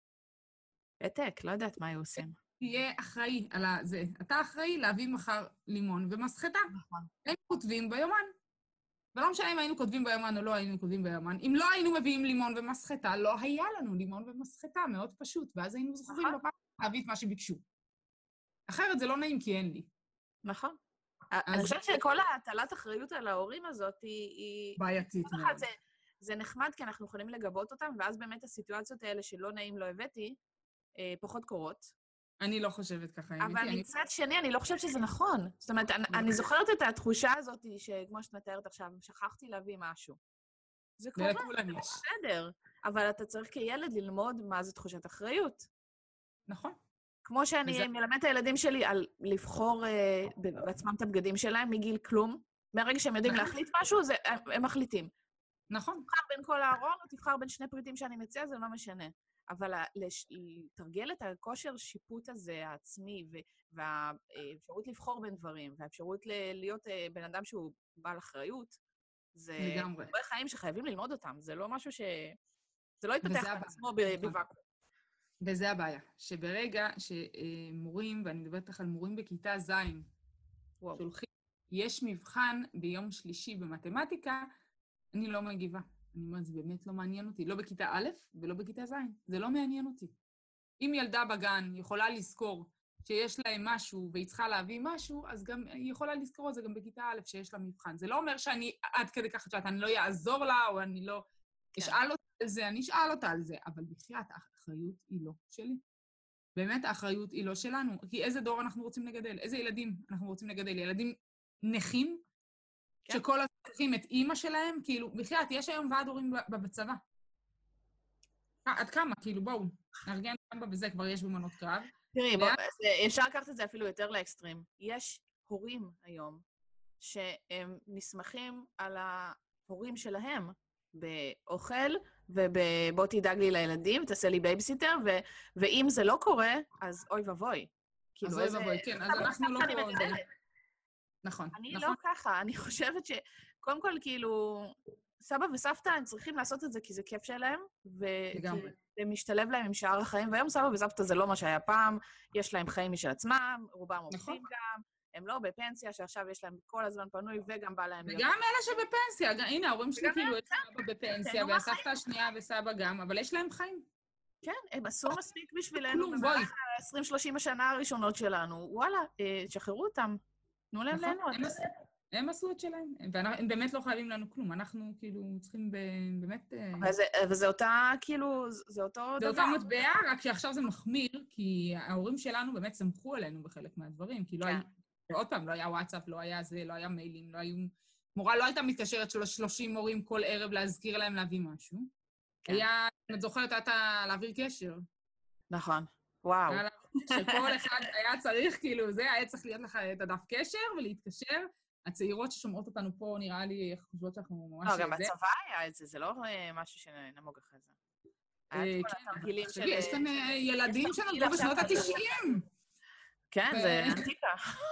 העתק, לא יודעת מה היו עושים. תהיה אחראי על זה. אתה אחראי להביא מחר לימון ומסחטה. נכון. הם כותבים ביומן. ולא משנה אם היינו כותבים ביומן או לא היינו כותבים ביומן. אם לא היינו מביאים לימון ומסחטה, לא היה לנו לימון ומסחטה, מאוד פשוט. ואז היינו זוכרים בפעם להביא את מה שביקשו. אחרת זה לא נעים כי אין לי. נכון. אני חושבת שכל הטלת אחריות על ההורים הזאת היא... בעייתית מאוד. זה נחמד כי אנחנו יכולים לגבות אותם, ואז באמת הסיטואציות האלה שלא נעים לא הבאתי, פחות קורות. אני לא חושבת ככה. אבל מצד שני, אני לא חושבת שזה נכון. זאת אומרת, אני זוכרת את התחושה הזאת, שכמו שאת מתארת עכשיו, שכחתי להביא משהו. זה קורה, זה בסדר. אבל אתה צריך כילד ללמוד מה זה תחושת אחריות. נכון. כמו שאני מלמד את הילדים שלי על לבחור בעצמם את הבגדים שלהם מגיל כלום. מהרגע שהם יודעים להחליט משהו, הם מחליטים. נכון. תבחר בין כל הארון, או תבחר בין שני פריטים שאני מציעה, זה לא משנה. אבל לתרגל את הכושר שיפוט הזה, העצמי, והאפשרות לבחור בין דברים, והאפשרות להיות בן אדם שהוא בעל אחריות, זה הרבה חיים שחייבים ללמוד אותם. זה לא משהו ש... זה לא יתפתח לעצמו בוואקום. וזה הבעיה, שברגע שמורים, ואני מדברת לך על מורים בכיתה ז', שולחים, יש מבחן ביום שלישי במתמטיקה, אני לא מגיבה. אני אומרת, זה באמת לא מעניין אותי. לא בכיתה א' ולא בכיתה ז'. זה לא מעניין אותי. אם ילדה בגן יכולה לזכור שיש להם משהו והיא צריכה להביא משהו, אז גם היא יכולה לזכור את זה גם בכיתה א' שיש לה מבחן. זה לא אומר שאני עד כדי כך שאת, אני לא יעזור לה, או אני לא אשאל אותה על זה, אני אשאל אותה על זה. אבל בחיית, האחריות היא לא שלי. באמת האחריות היא לא שלנו. כי איזה דור אנחנו רוצים לגדל? איזה ילדים אנחנו רוצים לגדל? ילדים נכים? כן. שכל הזמן צריכים את אימא שלהם, כאילו, בחיית, יש היום ועד הורים בצבא. עד כמה, כאילו, בואו, נארגן כמה בזה, כבר יש במנות קרב. תראי, בואו, אפשר לקחת את זה אפילו יותר לאקסטרים. יש הורים היום שהם נסמכים על ההורים שלהם באוכל, ובוא תדאג לי לילדים, תעשה לי בייביסיטר, ו- ואם זה לא קורה, אז אוי ובוי. אז אוי ובוי, כן, אז אנחנו לא פה... נכון, אני נכון. לא ככה, אני חושבת שקודם כל, כאילו, סבא וסבתא, הם צריכים לעשות את זה כי זה כיף שלהם, לגמרי. וזה משתלב להם עם שאר החיים, והיום סבא וסבתא זה לא מה שהיה פעם, יש להם חיים משל עצמם, רובם עובדים גם, הם לא בפנסיה, שעכשיו יש להם כל הזמן פנוי, וגם בא להם... וגם אלה שבפנסיה, הנה, ההורים שלי כאילו, יש סבא בפנסיה, והסבתא השנייה וסבא גם, אבל יש להם חיים. כן, הם עשו מספיק בשבילנו במהלך ה-עשרים שלושים השנה הראשונות שלנו. וואלה, שחררו אותם. תנו להם ליהנות. הם עשו את שלהם, והם באמת לא חייבים לנו כלום. אנחנו כאילו צריכים באמת... וזה אותה, כאילו, זה אותו דבר. זה אותה מטבע, רק שעכשיו זה מחמיר, כי ההורים שלנו באמת סמכו עלינו בחלק מהדברים, כי לא היה... ועוד פעם, לא היה וואטסאפ, לא היה זה, לא היה מיילים, לא היו... מורה לא הייתה מתקשרת של שלושים מורים כל ערב להזכיר להם להביא משהו. היה, את זוכרת, הייתה להעביר קשר. נכון, וואו. שכל אחד היה צריך, כאילו, זה, היה צריך להיות לך את הדף קשר ולהתקשר. הצעירות ששומעות אותנו פה, נראה לי, חושבות שאנחנו ממש... לא, גם בצבא היה את זה, זה לא משהו שנמוג אחרי זה. היה את כל התרגילים של... יש כאן ילדים שנולדו בשנות ה-תשעים. כן, זה עתיקה.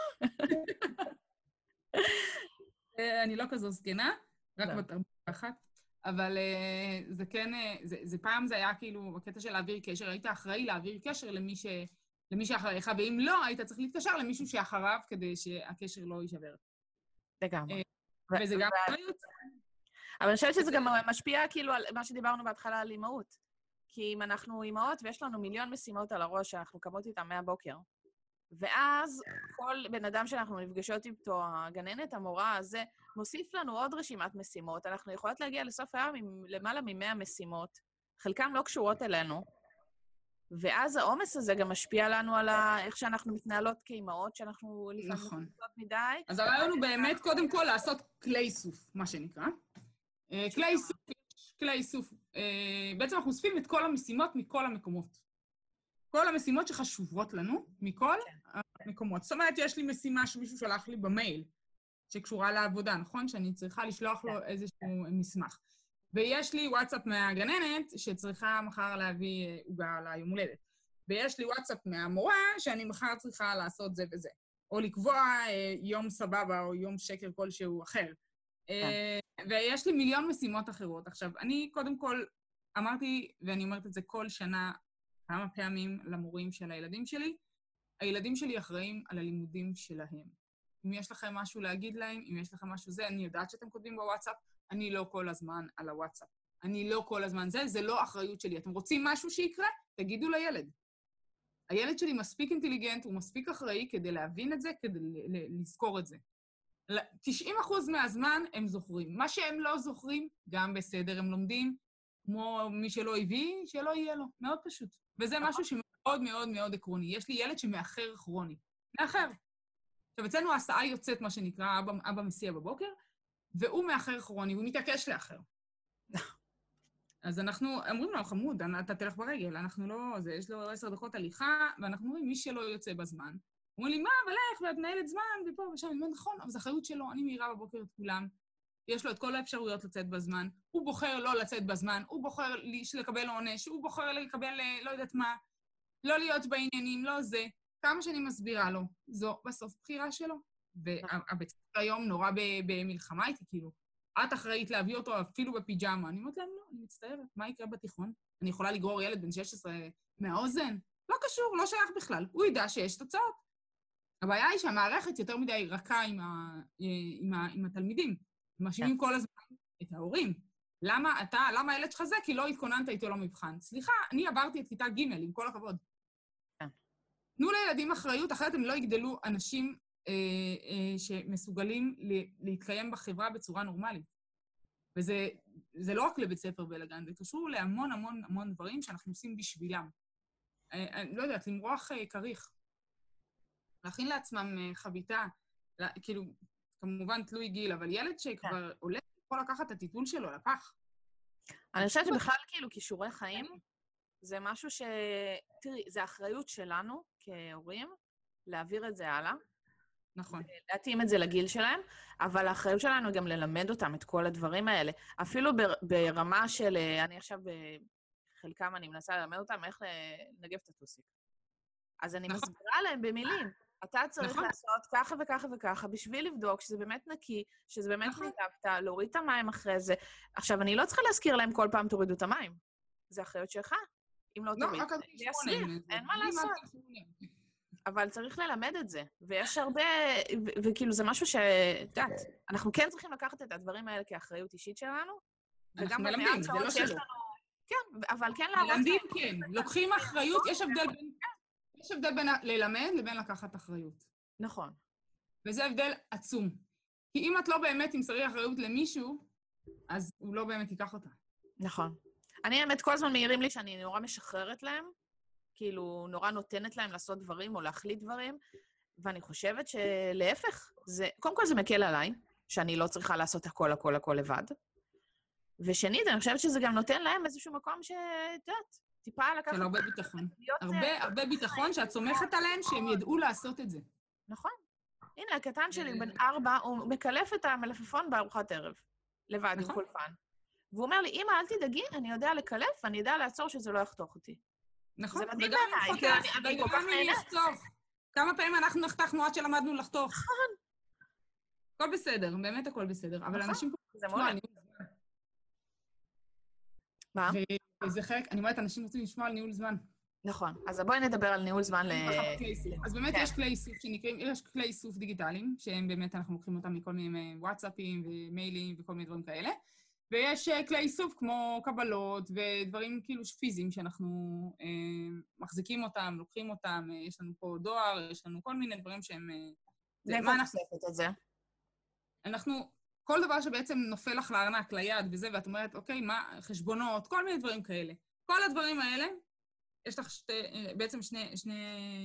אני לא כזו זקנה, רק בתרבות אחת. אבל זה כן, זה פעם זה היה כאילו, בקטע של להעביר קשר, היית אחראי להעביר קשר למי שאחריך, ואם לא, היית צריך להתקשר למישהו שאחריו, כדי שהקשר לא יישבר. לגמרי. וזה גם אחריות. אבל אני חושבת שזה גם משפיע כאילו על מה שדיברנו בהתחלה על אימהות. כי אם אנחנו אימהות ויש לנו מיליון משימות על הראש שאנחנו קמות איתן מהבוקר, ואז כל בן אדם שאנחנו נפגשות איתו, הגננת, המורה הזה, מוסיף לנו עוד רשימת משימות. אנחנו יכולות להגיע לסוף היום עם למעלה ממאה משימות, חלקם לא קשורות אלינו, ואז העומס הזה גם משפיע לנו על איך שאנחנו מתנהלות כאימהות, שאנחנו לפעמים נכון. מתנהלות מדי. אז הרעיון הוא באמת קודם כל לעשות כלי איסוף, מה שנקרא. כלי איסוף, כלי איסוף. בעצם אנחנו אוספים את כל המשימות מכל המקומות. כל המשימות שחשובות לנו, מכל המקומות. זאת אומרת, יש לי משימה שמישהו שלח לי במייל, שקשורה לעבודה, נכון? שאני צריכה לשלוח לו איזשהו מסמך. ויש לי וואטסאפ מהגננת, שצריכה מחר להביא עוגה ליום הולדת. ויש לי וואטסאפ מהמורה, שאני מחר צריכה לעשות זה וזה. או לקבוע יום סבבה, או יום שקר כלשהו אחר. ויש לי מיליון משימות אחרות. עכשיו, אני קודם כל אמרתי, ואני אומרת את זה כל שנה, כמה פעמים למורים של הילדים שלי, הילדים שלי אחראים על הלימודים שלהם. אם יש לכם משהו להגיד להם, אם יש לכם משהו זה, אני יודעת שאתם כותבים בוואטסאפ, אני לא כל הזמן על הוואטסאפ. אני לא כל הזמן זה, זה לא אחריות שלי. אתם רוצים משהו שיקרה? תגידו לילד. הילד שלי מספיק אינטליגנט, הוא מספיק אחראי כדי להבין את זה, כדי לזכור את זה. תשעים אחוז מהזמן הם זוכרים. מה שהם לא זוכרים, גם בסדר, הם לומדים, כמו מי שלא הביא, שלא יהיה לו. מאוד פשוט. וזה משהו שמאוד מאוד מאוד עקרוני. יש לי ילד שמאחר כרוני. מאחר. עכשיו, אצלנו ההסעה יוצאת, מה שנקרא, אבא, אבא מסיע בבוקר, והוא מאחר כרוני, והוא מתעקש לאחר. אז אנחנו אומרים לו, חמוד, אתה תלך ברגל, אנחנו לא... זה, יש לו עשר דקות הליכה, ואנחנו אומרים, מי שלא יוצא בזמן. הוא אומר לי, מה, אבל איך, ואת מנהלת זמן, ופה ושם. אני אומר, נכון, אבל זה אחריות שלו, אני מהירה בבוקר את כולם. יש לו את כל האפשרויות לצאת בזמן, הוא בוחר לא לצאת בזמן, הוא בוחר לקבל עונש, הוא בוחר לקבל, לא יודעת מה, לא להיות בעניינים, לא זה. כמה שאני מסבירה לו, זו בסוף בחירה שלו. והבית ספר היום נורא במלחמה איתי, כאילו, את אחראית להביא אותו אפילו בפיג'מה. אני אומרת להם, לא, אני מצטערת, מה יקרה בתיכון? אני יכולה לגרור ילד בן שש עשרה מהאוזן? לא קשור, לא שייך בכלל. הוא ידע שיש תוצאות. הבעיה היא שהמערכת יותר מדי רכה עם, ה, עם, ה, עם התלמידים. משאימים כל הזמן את ההורים. למה אתה, למה הילד שלך זה? כי לא התכוננת איתו למבחן. סליחה, אני עברתי את כיתה ג' עם כל הכבוד. תנו לילדים אחריות, אחרת הם לא יגדלו אנשים אה, אה, שמסוגלים להתקיים בחברה בצורה נורמלית. וזה זה לא רק לבית ספר ולגן, זה קשור להמון המון המון דברים שאנחנו עושים בשבילם. אה, אני לא יודעת, למרוח אה, כריך. להכין לעצמם אה, חביתה, לה, כאילו, כמובן תלוי גיל, אבל ילד שכבר עולה, יכול לקחת את הטיטול שלו לפח. אני חושבת שבכלל כאילו כישורי חיים, זה משהו ש... תראי, זה אחריות שלנו כהורים להעביר את זה הלאה, נכון. להתאים את זה לגיל שלהם, אבל האחריות שלנו היא גם ללמד אותם את כל הדברים האלה. אפילו ברמה של, אני עכשיו, בחלקם אני מנסה ללמד אותם איך לנגב את הטוסיק. אז אני נכון. מסבירה להם במילים. אתה צריך נכון. לעשות ככה וככה וככה, בשביל לבדוק שזה באמת נקי, שזה באמת נכון. ניגבת, להוריד את המים אחרי זה. עכשיו, אני לא צריכה להזכיר להם כל פעם תורידו את המים. זה אחריות שלך. אם לא תוריד, לא, זה יסריח, אין מה לעשות. אבל צריך ללמד את זה, ויש הרבה, ו- וכאילו זה משהו שדעת, אנחנו כן צריכים לקחת את הדברים האלה כאחריות אישית שלנו, אנחנו מלמדים, זה לא שלא. כן, אבל כן להראות... מלמדים כן, לוקחים אחריות, יש הבדל בין... יש הבדל בין ללמד לבין לקחת אחריות. נכון. וזה הבדל עצום. כי אם את לא באמת תמסרי אחריות למישהו, אז הוא לא באמת ייקח אותה. נכון. אני האמת כל הזמן מעירים לי שאני נורא משחררת להם, כאילו נורא נותנת להם לעשות דברים או להחליט דברים, ואני חושבת שלהפך, זה, קודם כל זה מקל עליי, שאני לא צריכה לעשות הכל, הכל, הכל לבד. ושנית, אני חושבת שזה גם נותן להם איזשהו מקום שתת, טיפה לקחת... של הרבה ביטחון. הרבה, הרבה ביטחון שאת סומכת עליהם שהם ידעו לעשות את זה. נכון. הנה, הקטן שלי בן ארבע, הוא מקלף את המלפפון בארוחת ערב, לבד, עם קולפן. והוא אומר לי, אמא, אל תדאגי, אני יודע לקלף, ואני יודע לעצור שזה לא יחתוך אותי. נכון. זה מדהים בעיניי, כי אני כל כך נהנית. כמה פעמים אנחנו נחתכנו עד שלמדנו לחתוך. נכון. הכל בסדר, באמת הכל בסדר. אבל אנשים פה... זה מעולה. מה? וזה חלק, אני אומרת, אנשים רוצים לשמוע על ניהול זמן. נכון. אז בואי נדבר על ניהול זמן ל... אז באמת יש כלי איסוף שנקראים, יש כלי איסוף דיגיטליים, שהם באמת, אנחנו לוקחים אותם מכל מיני וואטסאפים ומיילים וכל מיני דברים כאלה. ויש כלי איסוף כמו קבלות ודברים כאילו פיזיים שאנחנו אה, מחזיקים אותם, לוקחים אותם, אה, יש לנו פה דואר, יש לנו כל מיני דברים שהם... לאיפה את אוספת את זה? אנחנו, כל דבר שבעצם נופל לך לארנק, ליד וזה, ואת אומרת, אוקיי, מה, חשבונות, כל מיני דברים כאלה. כל הדברים האלה, יש לך שתי, בעצם שני, שני,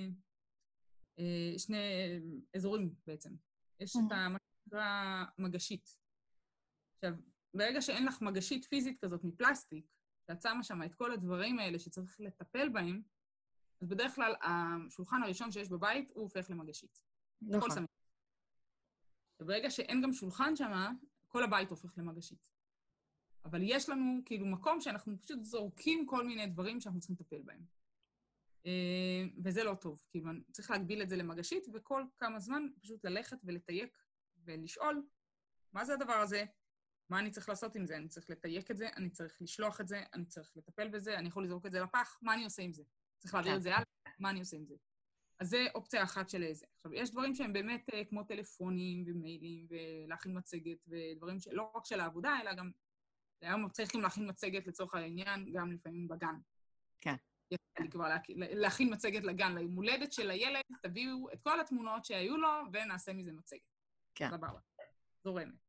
שני אזורים בעצם. יש את המקרה מגשית. עכשיו, ברגע שאין לך מגשית פיזית כזאת מפלסטיק, שאת שמה שם את כל הדברים האלה שצריך לטפל בהם, אז בדרך כלל השולחן הראשון שיש בבית, הוא הופך למגשית. נכון. וברגע שאין גם שולחן שם, כל הבית הופך למגשית. אבל יש לנו כאילו מקום שאנחנו פשוט זורקים כל מיני דברים שאנחנו צריכים לטפל בהם. וזה לא טוב. כאילו, צריך להגביל את זה למגשית, וכל כמה זמן פשוט ללכת ולתייק ולשאול, מה זה הדבר הזה? מה אני צריך לעשות עם זה? אני צריך לתייק את זה, אני צריך לשלוח את זה, אני צריך לטפל בזה, אני יכול לזרוק את זה לפח, מה אני עושה עם זה? צריך להעביר את זה הלאה, מה אני עושה עם זה? אז זה אופציה אחת של איזה. עכשיו, יש דברים שהם באמת כמו טלפונים ומיילים ולהכין מצגת ודברים שלא רק של העבודה, אלא גם, היום צריכים להכין מצגת לצורך העניין, גם לפעמים בגן. כן. יצא לי כבר להכין מצגת לגן, ליום הולדת של הילד, תביאו את כל התמונות שהיו לו ונעשה מזה מצגת. כן. סבבה. זורמת.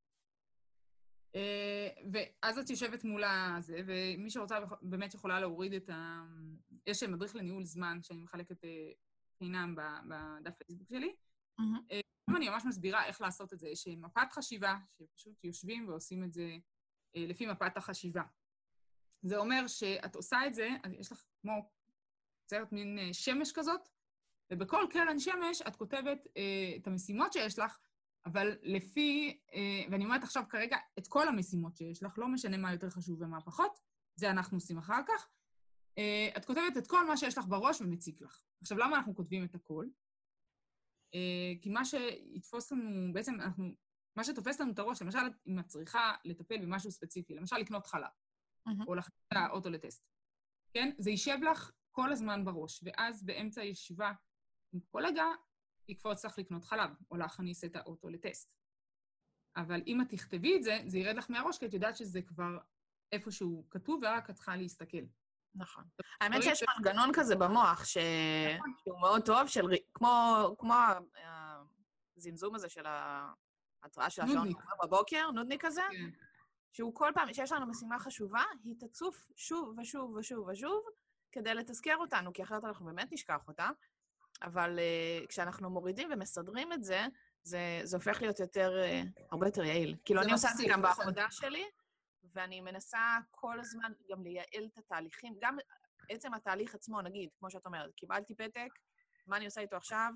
ואז את יושבת מול הזה, ומי שרוצה באמת יכולה להוריד את ה... יש מדריך לניהול זמן, שאני מחלקת חינם בדף פייסבוק שלי. אני ממש מסבירה איך לעשות את זה. יש מפת חשיבה, שפשוט יושבים ועושים את זה לפי מפת החשיבה. זה אומר שאת עושה את זה, יש לך כמו ציירת מין שמש כזאת, ובכל קרן שמש את כותבת את המשימות שיש לך, אבל לפי, ואני אומרת עכשיו כרגע את כל המשימות שיש לך, לא משנה מה יותר חשוב ומה פחות, זה אנחנו עושים אחר כך. את כותבת את כל מה שיש לך בראש ומציק לך. עכשיו, למה אנחנו כותבים את הכל? כי מה שיתפוס לנו, בעצם אנחנו, מה שתופס לנו את הראש, למשל, אם את צריכה לטפל במשהו ספציפי, למשל לקנות חלב, או להכניס את האוטו לטסט, כן? זה יישב לך כל הזמן בראש, ואז באמצע הישיבה עם קולגה, יקפוץ לך לקנות חלב, או להכניס את האוטו לטסט. אבל אם את תכתבי את זה, זה ירד לך מהראש, כי את יודעת שזה כבר איפשהו כתוב, ורק את צריכה להסתכל. נכון. האמת שיש מנגנון כזה במוח, שהוא מאוד טוב, כמו הזמזום הזה של ההתראה של השעון בבוקר, נודניק כזה, שהוא כל פעם, שיש לנו משימה חשובה, היא תצוף שוב ושוב ושוב ושוב, כדי לתזכר אותנו, כי אחרת אנחנו באמת נשכח אותה. אבל uh, כשאנחנו מורידים ומסדרים את זה, זה, זה הופך להיות יותר, uh, הרבה יותר יעיל. כאילו, אני עושה את זה גם בעבודה שלי, ואני מנסה כל הזמן גם לייעל את התהליכים, גם עצם התהליך עצמו, נגיד, כמו שאת אומרת, קיבלתי פתק, מה אני עושה איתו עכשיו?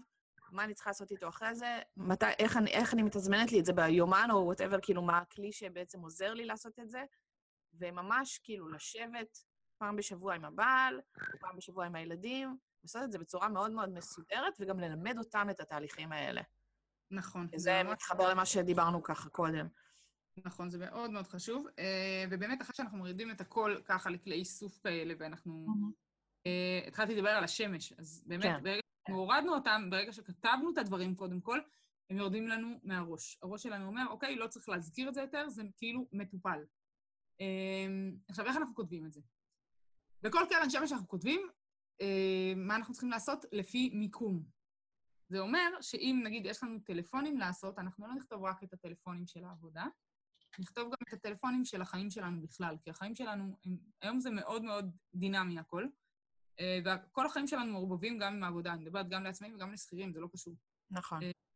מה אני צריכה לעשות איתו אחרי זה, מתי, איך אני, איך אני מתזמנת לי את זה ביומן, או whatever, כאילו, מה הכלי שבעצם עוזר לי לעשות את זה, וממש, כאילו, לשבת פעם בשבוע עם הבעל, פעם בשבוע עם הילדים, לעשות את זה בצורה מאוד מאוד מסודרת, וגם ללמד אותם את התהליכים האלה. נכון. זה מתחבר למה שדיברנו ככה קודם. נכון, זה מאוד מאוד חשוב, ובאמת אחרי שאנחנו מורידים את הכל ככה לכלי איסוף כאלה, ואנחנו... התחלתי לדבר על השמש, אז באמת, ברגע שאנחנו הורדנו אותם, ברגע שכתבנו את הדברים קודם כל, הם יורדים לנו מהראש. הראש שלנו אומר, אוקיי, לא צריך להזכיר את זה יותר, זה כאילו מטופל. עכשיו, איך אנחנו כותבים את זה? בכל קרן שמש שאנחנו כותבים, מה אנחנו צריכים לעשות? לפי מיקום. זה אומר שאם, נגיד, יש לנו טלפונים לעשות, אנחנו לא נכתוב רק את הטלפונים של העבודה, נכתוב גם את הטלפונים של החיים שלנו בכלל, כי החיים שלנו, הם, היום זה מאוד מאוד דינמי הכל, וכל החיים שלנו מעורבבים גם עם העבודה, אני מדברת גם לעצמאים וגם לשכירים, זה לא קשור. נכון.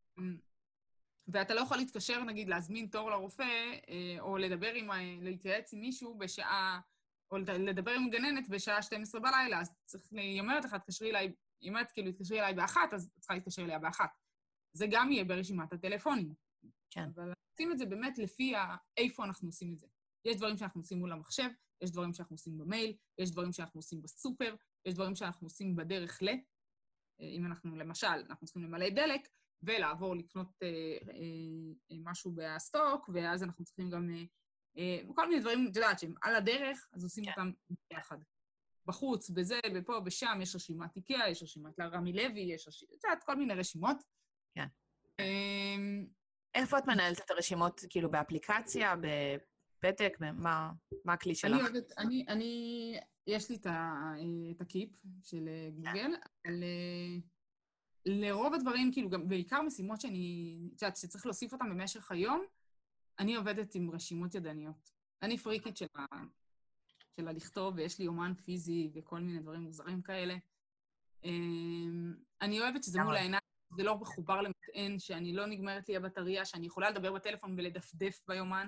ואתה לא יכול להתקשר, נגיד, להזמין תור לרופא, או לדבר עם, להתייעץ עם מישהו בשעה, או לדבר עם גננת בשעה שתים עשרה בלילה, אז צריך, היא אומרת לך, תקשרי אליי, היא אומרת, כאילו, תקשרי אליי באחת, אז צריכה להתקשר אליה באחת. זה גם יהיה ברשימת הטלפונים. כן. אבל עושים את זה באמת לפי איפה אנחנו עושים את זה. יש דברים שאנחנו עושים מול המחשב, יש דברים שאנחנו עושים במייל, יש דברים שאנחנו עושים בסופר, יש דברים שאנחנו עושים בדרך ל... אם אנחנו, למשל, אנחנו צריכים למלא דלק, ולעבור לקנות אה, אה, משהו בסטוק, ואז אנחנו צריכים גם... אה, אה, כל מיני דברים, את יודעת, שהם על הדרך, אז עושים כן. אותם ביחד. בחוץ, בזה, בפה, בשם, יש רשימת איקאה, יש רשימת לרמי לוי, יש רשימת... את יודעת, כל מיני רשימות. כן. אה, איפה את מנהלת את הרשימות, כאילו, באפליקציה, בפתק, מה, מה הכלי שלך? אני אוהבת, אני, אני, יש לי את הקיפ של גוגל, אבל לרוב הדברים, כאילו, גם בעיקר משימות שאני, את יודעת, שצריך להוסיף אותם במשך היום, אני עובדת עם רשימות ידניות. אני פריקית של ה... של הלכתוב, ויש לי יומן פיזי וכל מיני דברים מוזרים כאלה. אני אוהבת שזה מול העיניים, זה לא מחובר למטען, שאני לא נגמרת לי הבטריה, שאני יכולה לדבר בטלפון ולדפדף ביומן,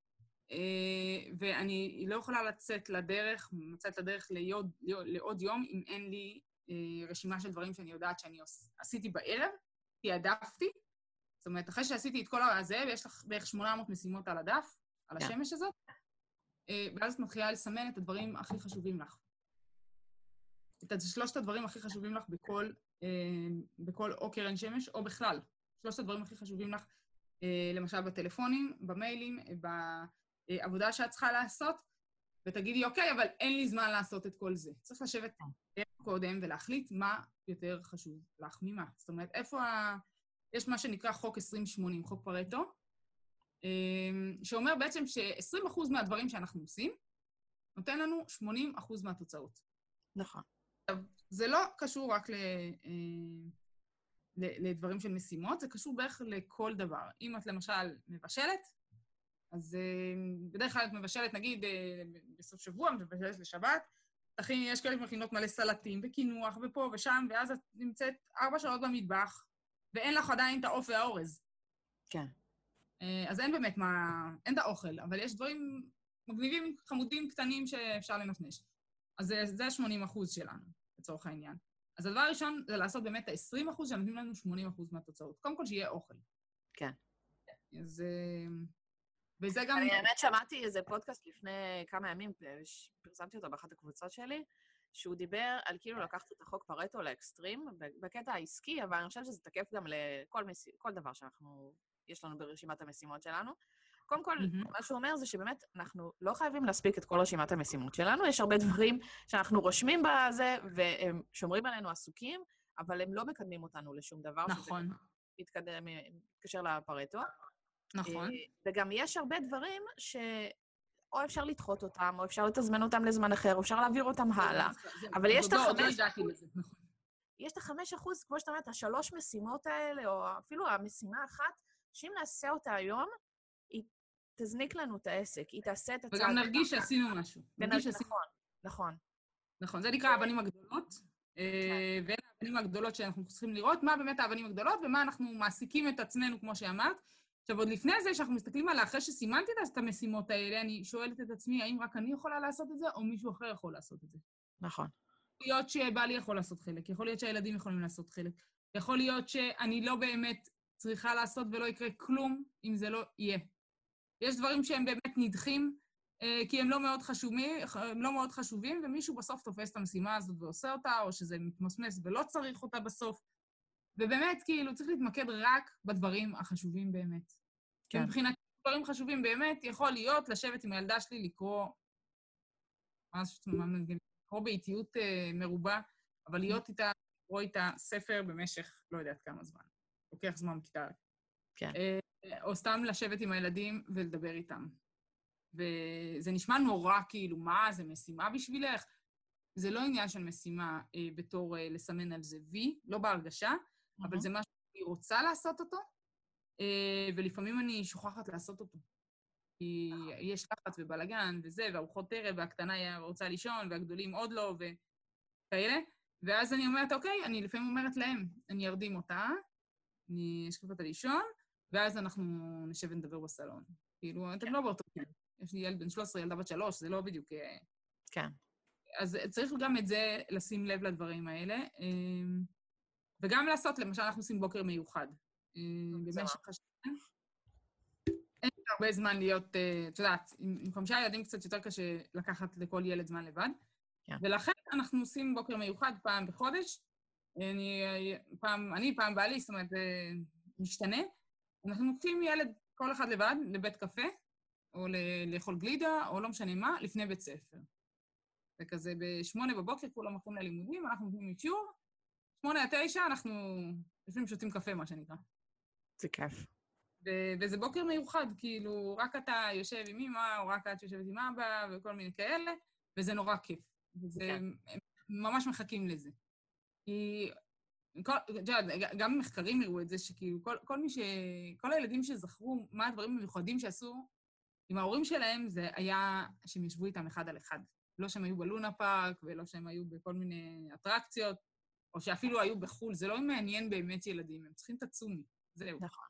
ואני לא יכולה לצאת לדרך, לצאת לדרך לעוד, לעוד יום, אם אין לי רשימה של דברים שאני יודעת שאני עשיתי בערב, תיעדפתי, זאת אומרת, אחרי שעשיתי את כל הזה, ויש לך בערך שמונה מאות משימות על הדף, על השמש הזאת, ואז את מתחילה לסמן את הדברים הכי חשובים לך. את שלושת הדברים הכי חשובים לך בכל, בכל או קרן שמש, או בכלל. שלושת הדברים הכי חשובים לך, למשל בטלפונים, במיילים, בעבודה שאת צריכה לעשות, ותגידי, אוקיי, אבל אין לי זמן לעשות את כל זה. צריך לשבת קודם ולהחליט מה יותר חשוב לך ממה. זאת אומרת, איפה ה... יש מה שנקרא חוק עשרים שמונים, חוק פרטו, שאומר בעצם ש-עשרים אחוז מהדברים שאנחנו עושים, נותן לנו שמונים אחוז מהתוצאות. נכון. זה לא קשור רק ל... לדברים של משימות, זה קשור בערך לכל דבר. אם את למשל מבשלת, אז בדרך כלל את מבשלת, נגיד, בסוף שבוע, מבשלת לשבת, תכין, יש כאלה מכינות מלא סלטים, וקינוח, ופה ושם, ואז את נמצאת ארבע שעות במטבח, ואין לך עדיין את העוף והאורז. כן. אז אין באמת מה, אין את האוכל, אבל יש דברים מגניבים, חמודים, קטנים שאפשר לנפנש. אז זה, זה שמונים אחוז שלנו, לצורך העניין. אז הדבר הראשון זה לעשות באמת ה-עשרים אחוז שנותנים לנו שמונים אחוז מהתוצאות. קודם כל שיהיה אוכל. כן. אז... וזה גם... אני האמת שמעתי איזה פודקאסט לפני כמה ימים, פרסמתי אותו באחת הקבוצות שלי, שהוא דיבר על כאילו לקחת את החוק פרטו לאקסטרים, בקטע העסקי, אבל אני חושבת שזה תקף גם לכל מש... כל דבר שאנחנו, יש לנו ברשימת המשימות שלנו. קודם כל, mm-hmm. מה שהוא אומר זה שבאמת אנחנו לא חייבים להספיק את כל רשימת המשימות שלנו, יש הרבה דברים שאנחנו רושמים בזה, והם שומרים עלינו עסוקים, אבל הם לא מקדמים אותנו לשום דבר. נכון. שזה מתקדם, מתקשר לפרטו. נכון. וגם יש הרבה דברים ש... או אפשר לדחות אותם, או אפשר לתזמן אותם לזמן אחר, או אפשר להעביר אותם הלאה. אבל יש את החמש... יש את החמש אחוז, כמו שאתה אומרת, השלוש משימות האלה, או אפילו המשימה אחת, שאם נעשה אותה היום, היא תזניק לנו את העסק, היא תעשה את הצעד. וגם נרגיש שעשינו משהו. נכון, נכון. נכון, זה נקרא האבנים הגדולות, ואלה האבנים הגדולות שאנחנו צריכים לראות, מה באמת האבנים הגדולות, ומה אנחנו מעסיקים את עצמנו, כמו שאמרת. עכשיו, עוד לפני זה, שאנחנו מסתכלים על אחרי שסימנתי את המשימות האלה, אני שואלת את עצמי, האם רק אני יכולה לעשות את זה, או מישהו אחר יכול לעשות את זה. נכון. להיות שבעלי יכול לעשות חלק, יכול להיות שהילדים יכולים לעשות חלק, יכול להיות שאני לא באמת צריכה לעשות ולא יקרה כלום אם זה לא יהיה. יש דברים שהם באמת נדחים, כי הם לא מאוד חשובים, הם לא מאוד חשובים, ומישהו בסוף תופס את המשימה הזאת ועושה אותה, או שזה מתמסמס ולא צריך אותה בסוף. ובאמת, כאילו, צריך להתמקד רק בדברים החשובים באמת. כן. מבחינת דברים חשובים באמת, יכול להיות לשבת עם הילדה שלי לקרוא, לקרוא באיטיות מרובה, אבל להיות איתה, לקרוא איתה ספר במשך לא יודעת כמה זמן. לוקח זמן בכיתה. כן. או סתם לשבת עם הילדים ולדבר איתם. וזה נשמע נורא, כאילו, מה, זה משימה בשבילך? זה לא עניין של משימה אה, בתור אה, לסמן על זה וי, לא בהרגשה, mm-hmm. אבל זה משהו שאני רוצה לעשות אותו, אה, ולפעמים אני שוכחת לעשות אותו. כי יש לחץ ובלגן וזה, וארוחות ערב, והקטנה רוצה לישון, והגדולים עוד לא, וכאלה. ואז אני אומרת, אוקיי, אני לפעמים אומרת להם, אני ארדים אותה, אני אשכב אותה לישון, ואז אנחנו נשב ונדבר בסלון. כאילו, אתם לא באותו כאילו. יש לי ילד בן שלוש עשרה, ילדה בת שלוש, זה לא בדיוק... כן. אז צריך גם את זה לשים לב לדברים האלה, וגם לעשות, למשל, אנחנו עושים בוקר מיוחד. במשך השנה. אין הרבה זמן להיות, את יודעת, עם חמישה ילדים קצת יותר קשה לקחת לכל ילד זמן לבד, ולכן אנחנו עושים בוקר מיוחד פעם בחודש. אני פעם, אני פעם בעלי, זאת אומרת, משתנה. אנחנו נוקחים ילד כל אחד לבד לבית קפה, או לאכול גלידה, או לא משנה מה, לפני בית ספר. וכזה בשמונה בבוקר כולם הולכים ללימודים, אנחנו נותנים שיעור, שמונה עד תשע אנחנו יושבים שותים קפה, מה שנקרא. זה כיף. ו- וזה בוקר מיוחד, כאילו, רק אתה יושב עם אמא, או רק את יושבת עם אבא, וכל מיני כאלה, וזה נורא כיף. וזה, כן. הם ממש מחכים לזה. כי, כל, גם מחקרים הראו את זה, שכאילו, כל, כל מי ש... כל הילדים שזכרו מה הדברים המיוחדים שעשו עם ההורים שלהם, זה היה שהם ישבו איתם אחד על אחד. לא שהם היו בלונה פארק, ולא שהם היו בכל מיני אטרקציות, או שאפילו היו בחול. זה לא מעניין באמת ילדים, הם צריכים תצומי. זהו. נכון.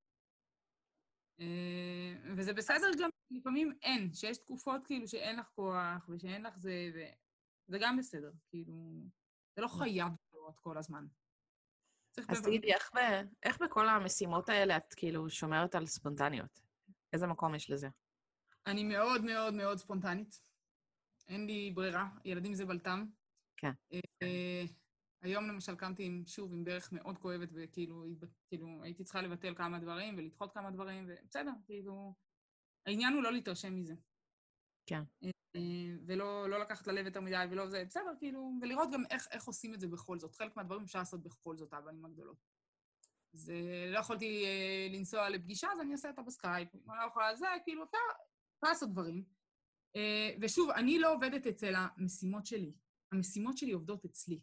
וזה בסדר גם, לפעמים אין, שיש תקופות כאילו שאין לך כוח, ושאין לך זה, וזה גם בסדר, כאילו, זה לא חייב להיות כל הזמן. אז תגידי, איך, ב... איך בכל המשימות האלה את כאילו שומרת על ספונטניות? איזה מקום יש לזה? אני מאוד מאוד מאוד ספונטנית. אין לי ברירה, ילדים זה בלטם. כן. אה, היום למשל קמתי עם, שוב עם ברך מאוד כואבת, וכאילו כאילו, הייתי צריכה לבטל כמה דברים ולדחות כמה דברים, ובסדר, כאילו, העניין הוא לא להתרשם מזה. כן. ולא לא לקחת ללב יותר מדי, ולא זה, בסדר, כאילו, ולראות גם איך, איך עושים את זה בכל זאת. חלק מהדברים אפשר לעשות בכל זאת, האבנים הגדולות. אז לא יכולתי אה, לנסוע לפגישה, אז אני אעשה אותה בסקייפ. אני לא יכולה זה, כאילו, אפשר לעשות דברים. אה, ושוב, אני לא עובדת אצל המשימות שלי. המשימות שלי עובדות אצלי.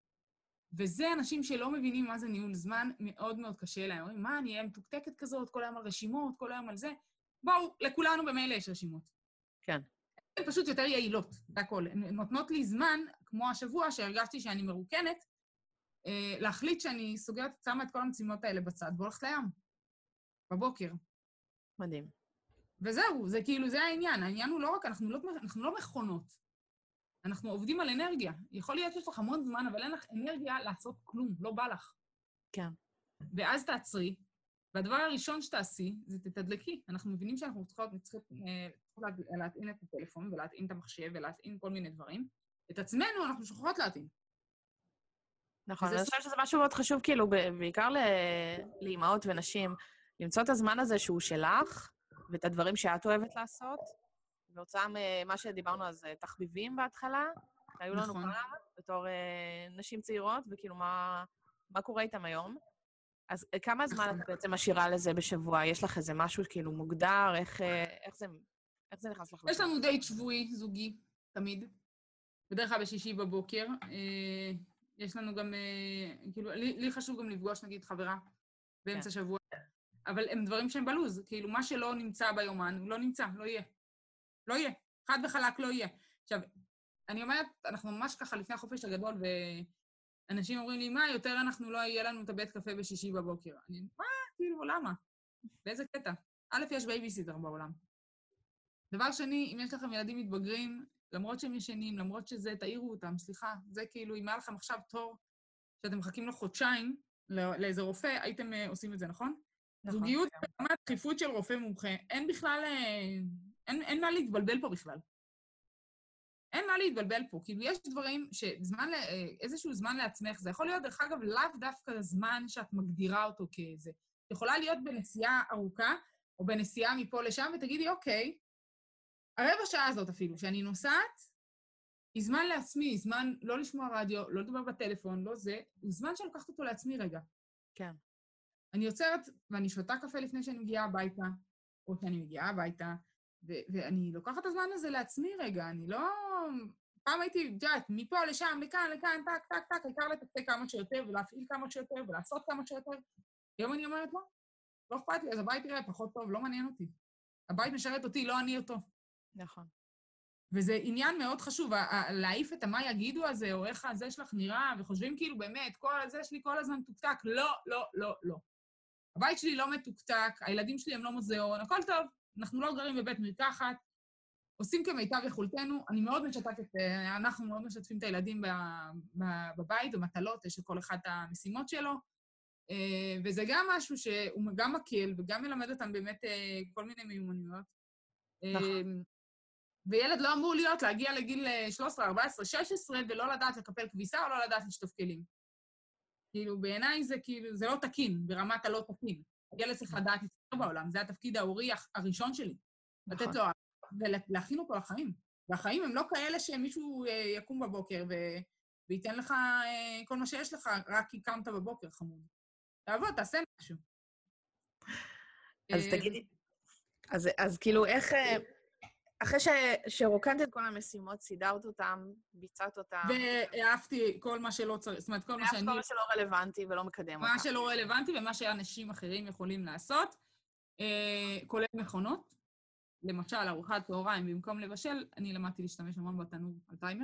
וזה אנשים שלא מבינים מה זה ניהול זמן, מאוד מאוד קשה להם. אומרים, מה, אני אהיה מתוקתקת כזאת, כל היום על רשימות, כל היום על זה? בואו, לכולנו במילא יש רשימות. כן. הן פשוט יותר יעילות, זה הכל. הן נותנות לי זמן, כמו השבוע שהרגשתי שאני מרוקנת, להחליט שאני סוגרת, שמה את כל המשימות האלה בצד, והולכת לים. בבוקר. מדהים. וזהו, זה כאילו, זה העניין. העניין הוא לא רק, אנחנו לא, אנחנו לא מכונות. אנחנו עובדים על אנרגיה. יכול להיות שיש לך המון זמן, אבל אין לך אנרגיה לעשות כלום, לא בא לך. כן. ואז תעצרי, והדבר הראשון שתעשי, זה תתדלקי. אנחנו מבינים שאנחנו צריכות, צריכות, צריכות להטעין את הטלפון, ולהטעין את המחשב, ולהטעין כל מיני דברים. את עצמנו אנחנו שוכחות להטעין. נכון, אני חושבת שזה משהו מאוד חשוב, כאילו, בעיקר לאמהות ונשים, למצוא את הזמן הזה שהוא שלך, ואת הדברים שאת אוהבת לעשות, והוצאה ממה שדיברנו אז, תחביבים בהתחלה, היו לנו פעם, בתור נשים צעירות, וכאילו, מה, מה קורה איתם היום? אז כמה זמן את בעצם משאירה לזה בשבוע? יש לך איזה משהו כאילו מוגדר? איך, איך זה, איך זה נכנס לך? יש לנו דייט שבועי, זוגי, תמיד. בדרך כלל בשישי בבוקר. יש לנו גם, כאילו, לי, לי חשוב גם לפגוש, נגיד, חברה באמצע שבוע. אבל הם דברים שהם בלוז. כאילו, מה שלא נמצא ביומן, הוא לא נמצא, לא יהיה. לא יהיה. חד וחלק לא יהיה. עכשיו, אני אומרת, אנחנו ממש ככה לפני החופש הגדול, ואנשים אומרים לי, מה, יותר אנחנו לא יהיה לנו את הבית קפה בשישי בבוקר. אני, מה, כאילו, למה? באיזה קטע? א', יש בייביסיטר בעולם. דבר שני, אם יש לכם ילדים מתבגרים, למרות שהם ישנים, למרות שזה, תעירו אותם, סליחה, זה כאילו, אם היה לכם עכשיו תור, שאתם מחכים לו חודשיים לאיזה רופא, הייתם עושים את זה, נכון? נכון. זוגיות, ברמת דחיפות של רופא מומחה, אין בכלל, אין, אין מה להתבלבל פה בכלל. אין מה להתבלבל פה, כאילו יש דברים שזמן, איזשהו זמן לעצמך, זה יכול להיות, דרך אגב, לאו דווקא זמן שאת מגדירה אותו כאיזה. יכולה להיות בנסיעה ארוכה, או בנסיעה מפה לשם, ותגידי, אוקיי, הרבע שעה הזאת אפילו, שאני נוסעת, היא זמן לעצמי, זמן לא לשמוע רדיו, לא לדבר בטלפון, לא זה, הוא זמן שאני לוקחת אותו לעצמי רגע. כן. אני יוצרת, ואני שותה קפה לפני שאני מגיעה הביתה, או שאני מגיעה הביתה, ו- ואני לוקחת את הזמן הזה לעצמי רגע, אני לא... פעם הייתי, ג'את, מפה לשם, לכאן, לכאן, טק, טק, טק, העיקר לתקתק כמה שיותר, ולהפעיל כמה שיותר, ולעשות כמה שיותר. היום אני אומרת, לא, לא אכפת לי, אז הבית יראה פחות טוב, לא מעניין אותי. הבית משרת אותי, לא אני אותו. נכון. וזה עניין מאוד חשוב, להעיף את מה יגידו הזה, או איך הזה שלך נראה, וחושבים כאילו באמת, כל הזה שלי כל הזמן מתוקתק, לא, לא, לא, לא. הבית שלי לא מתוקתק, הילדים שלי הם לא מוזיאון, הכל טוב, אנחנו לא גרים בבית מרקחת, עושים כמיטב יכולתנו, אני מאוד משתפת, אנחנו מאוד משתפים את הילדים בבית, במטלות, יש לכל אחד את המשימות שלו, וזה גם משהו שהוא גם מקל, וגם מלמד אותם באמת כל מיני מיומנויות. נכון. וילד לא אמור להיות להגיע לגיל שלוש עשרה, ארבע עשרה, שש עשרה, ולא לדעת לקפל כביסה, או לא לדעת לשטוף כלים. כאילו, בעיניי זה כאילו, זה לא תקין, ברמת הלא תקין. ילד צריך לדעת יותר בעולם, זה התפקיד ההורי הראשון שלי. נכון. לתת לו, ולהכין אותו לחיים. והחיים הם לא כאלה שמישהו יקום בבוקר ו... וייתן לך כל מה שיש לך, רק כי קמת בבוקר, חמוד. תעבוד, תעשה משהו. אז תגידי, אז, אז כאילו איך... אחרי ש... שרוקנת את כל המשימות, סידרת אותם, ביצעת אותם. ואהבתי כל מה שלא צריך, זאת אומרת, כל מה שאני... כל מה שלא רלוונטי ולא מקדם אותם. מה שלא רלוונטי ומה שאנשים אחרים יכולים לעשות, כולל מכונות. למשל, ארוחת צהריים, במקום לבשל, אני למדתי להשתמש המון בתנור על טיימר.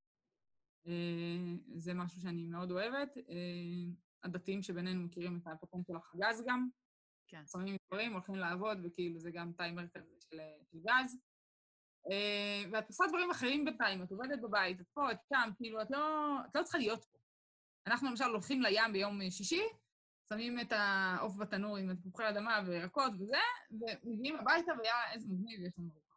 זה משהו שאני מאוד אוהבת. הדתיים שבינינו מכירים את הפטנט של החגז גם. כן. שמים דברים, הולכים לעבוד, וכאילו זה גם טיימר כזה של גז. ואת עושה דברים אחרים בינתיים, את עובדת בבית, את פה, את שם, כאילו, את לא, את לא צריכה להיות פה. אנחנו למשל הולכים לים ביום שישי, שמים את העוף בתנור עם תפוחי אדמה וירקות וזה, ומגיעים הביתה והיה איזה מגניב ויש לנו ארוחה.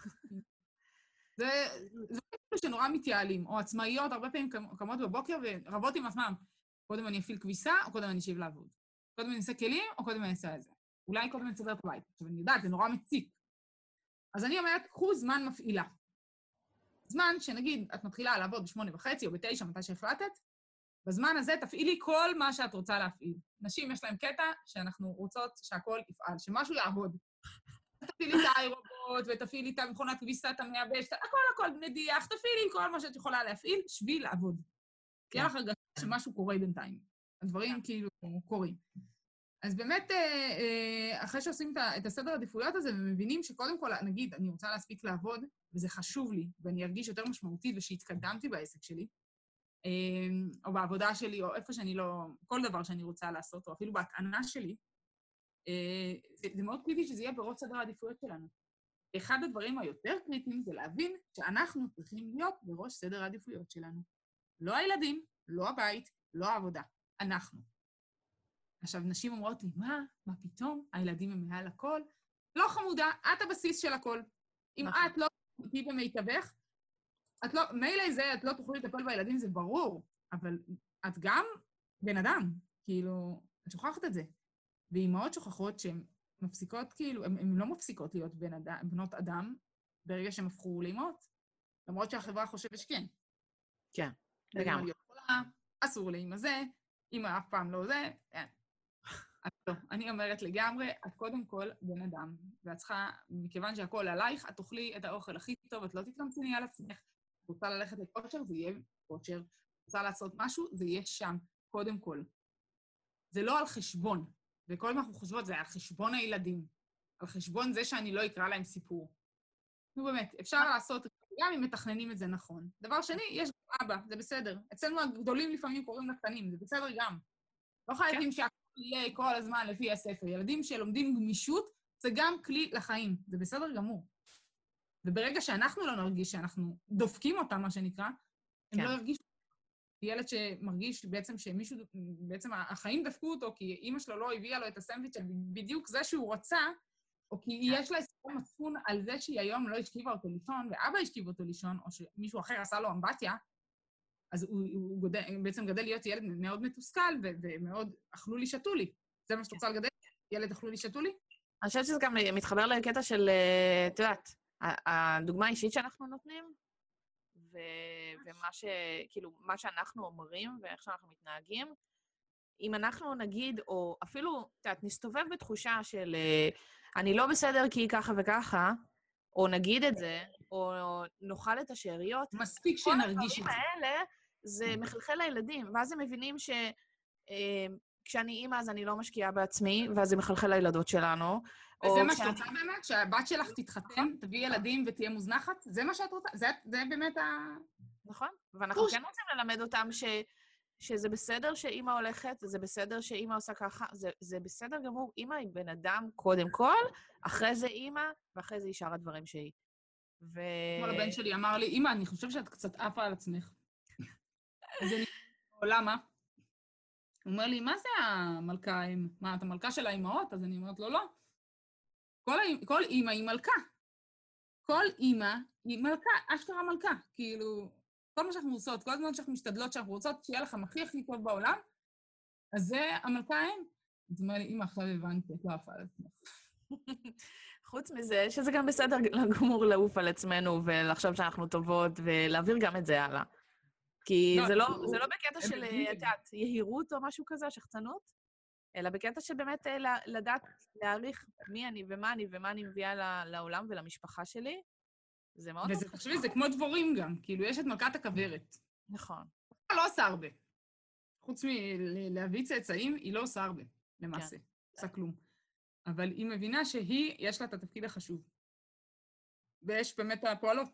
זה כאילו שנורא מתייעלים, או עצמאיות, הרבה פעמים קמות בבוקר ורבות עם עצמם. קודם אני אפעיל כביסה, או קודם אני אשיב לעבוד. קודם אני אעשה כלים, או קודם אני אעשה את זה. אולי קודם אני אסדר את הבית. עכשיו, אני יודעת, זה נורא מציק. אז אני אומרת, קחו זמן מפעילה. זמן שנגיד, את מתחילה לעבוד בשמונה וחצי או בתשע, מתי שהחלטת, בזמן הזה תפעילי כל מה שאת רוצה להפעיל. נשים יש להם קטע שאנחנו רוצות שהכל יפעל, שמשהו יעבוד. תפעילי את האיירובוט, ותפעילי את המכונת כביסה, את המייבש, הכל הכל נדיח, תפעילי כל מה שאת יכולה להפעיל, שבי לעבוד. כי לך הרגשה שמשהו קורה בינתיים. הדברים כאילו קורים. אז באמת, אחרי שעושים את הסדר העדיפויות הזה, ומבינים שקודם כל, נגיד, אני רוצה להספיק לעבוד, וזה חשוב לי, ואני ארגיש יותר משמעותית, ושהתקדמתי בעסק שלי, או בעבודה שלי, או איפה שאני לא, כל דבר שאני רוצה לעשות, או אפילו בהטענה שלי, זה מאוד קריטי שזה יהיה בראש סדר העדיפויות שלנו. אחד הדברים היותר קריטיים זה להבין שאנחנו צריכים להיות בראש סדר העדיפויות שלנו. לא הילדים, לא הבית, לא העבודה, אנחנו. עכשיו, נשים אומרות לי, מה? מה פתאום? הילדים הם מעל הכל? לא חמודה, את הבסיס של הכל. אם את לא תהיי במיטבך, את לא, מילא זה, את לא תוכלי לטפל בילדים, זה ברור, אבל את גם בן אדם, כאילו, את שוכחת את זה. ואימהות שוכחות שהן מפסיקות, כאילו, הן לא מפסיקות להיות בן אדם, בנות אדם, ברגע שהן הפכו לאימהות, למרות שהחברה חושבת שכן. כן, לגמרי. להיות חולה, אסור לאמא זה, אמא אף פעם לא זה, כן. אז לא, אני אומרת לגמרי, את קודם כל בן אדם, ואת צריכה, מכיוון שהכל עלייך, את תאכלי את האוכל הכי טוב, את לא תתלמצני על עצמך, את רוצה ללכת לכושר, זה יהיה כושר, את רוצה לעשות משהו, זה יהיה שם, קודם כל. זה לא על חשבון, וכל מה אנחנו חושבות זה על חשבון הילדים, על חשבון זה שאני לא אקרא להם סיפור. נו באמת, אפשר לעשות, גם אם מתכננים את זה נכון. דבר שני, יש אבא, זה בסדר. אצלנו הגדולים לפעמים קוראים לקטנים, זה בסדר גם. לא חייבים שהכל יהיה כל הזמן לפי הספר. ילדים שלומדים גמישות, זה גם כלי לחיים, זה בסדר גמור. וברגע שאנחנו לא נרגיש שאנחנו דופקים אותם, מה שנקרא, הם כן. לא ירגישו. ילד שמרגיש בעצם שמישהו, בעצם החיים דפקו אותו, כי אמא שלו לא הביאה לו את הסנדוויץ' של בדיוק זה שהוא רצה, או כי כן. יש לה סיפור מצפון על זה שהיא היום לא השכיבה אותו לישון, ואבא השכיב אותו לישון, או שמישהו אחר עשה לו אמבטיה, אז הוא, הוא גודל, בעצם גדל להיות ילד מאוד מתוסכל, ו- ומאוד אכלו לי, שתו לי. זה מה שאת רוצה לגדל? ילד אכלו לי, שתו לי? אני חושבת שזה גם מתחבר לקטע של, את יודעת, הדוגמה האישית שאנחנו נותנים, ו- ומה ש... כאילו, מה שאנחנו אומרים ואיך שאנחנו מתנהגים, אם אנחנו נגיד, או אפילו, את יודעת, נסתובב בתחושה של אני לא בסדר כי היא ככה וככה, או נגיד את זה, או נאכל את השאריות, מספיק שנרגיש את זה. כל הדברים האלה, זה מחלחל לילדים, ואז הם מבינים ש... כשאני אימא, אז אני לא משקיעה בעצמי, ואז זה מחלחל לילדות שלנו. וזה מה שאת רוצה באמת? שהבת שלך תתחתן, תביא ילדים ותהיה מוזנחת? זה מה שאת רוצה? זה באמת ה... נכון, ואנחנו כן רוצים ללמד אותם ש... שזה בסדר שאימא הולכת, זה בסדר שאימא עושה ככה, זה, זה בסדר גמור. אימא היא בן אדם קודם כל, אחרי זה אימא, ואחרי זה ישאר הדברים שהיא. ו... כמו לבן שלי אמר לי, אימא, אני חושב שאת קצת עפה על עצמך. אז אני... למה? הוא אומר לי, מה זה המלכה? מה, את המלכה של האימהות? אז אני אומרת לו, לא. כל, כל אימא היא מלכה. כל אימא היא מלכה, אשכרה מלכה. כאילו, כל מה שאנחנו עושות, כל הזמן שאנחנו משתדלות, שאנחנו רוצות שיהיה לכם הכי הכי טוב בעולם, אז זה המלכה הם. זאת אומרת, אימא, עכשיו הבנתי, את לא עפה על עצמך. חוץ מזה, שזה גם בסדר לגמור לעוף על עצמנו, ולחשוב שאנחנו טובות, ולהעביר גם את זה הלאה. כי זה לא בקטע של, את יודעת, יהירות או משהו כזה, שחצנות, אלא בקטע שבאמת לדעת, להעריך מי אני ומה אני ומה אני מביאה לעולם ולמשפחה שלי. זה מאוד... וזה, תחשבי, זה כמו דבורים גם. כאילו, יש את מלכת הכוורת. נכון. היא לא עושה הרבה. חוץ מלהביא צאצאים, היא לא עושה הרבה, למעשה. עושה כלום. אבל היא מבינה שהיא, יש לה את התפקיד החשוב. ויש באמת הפועלות.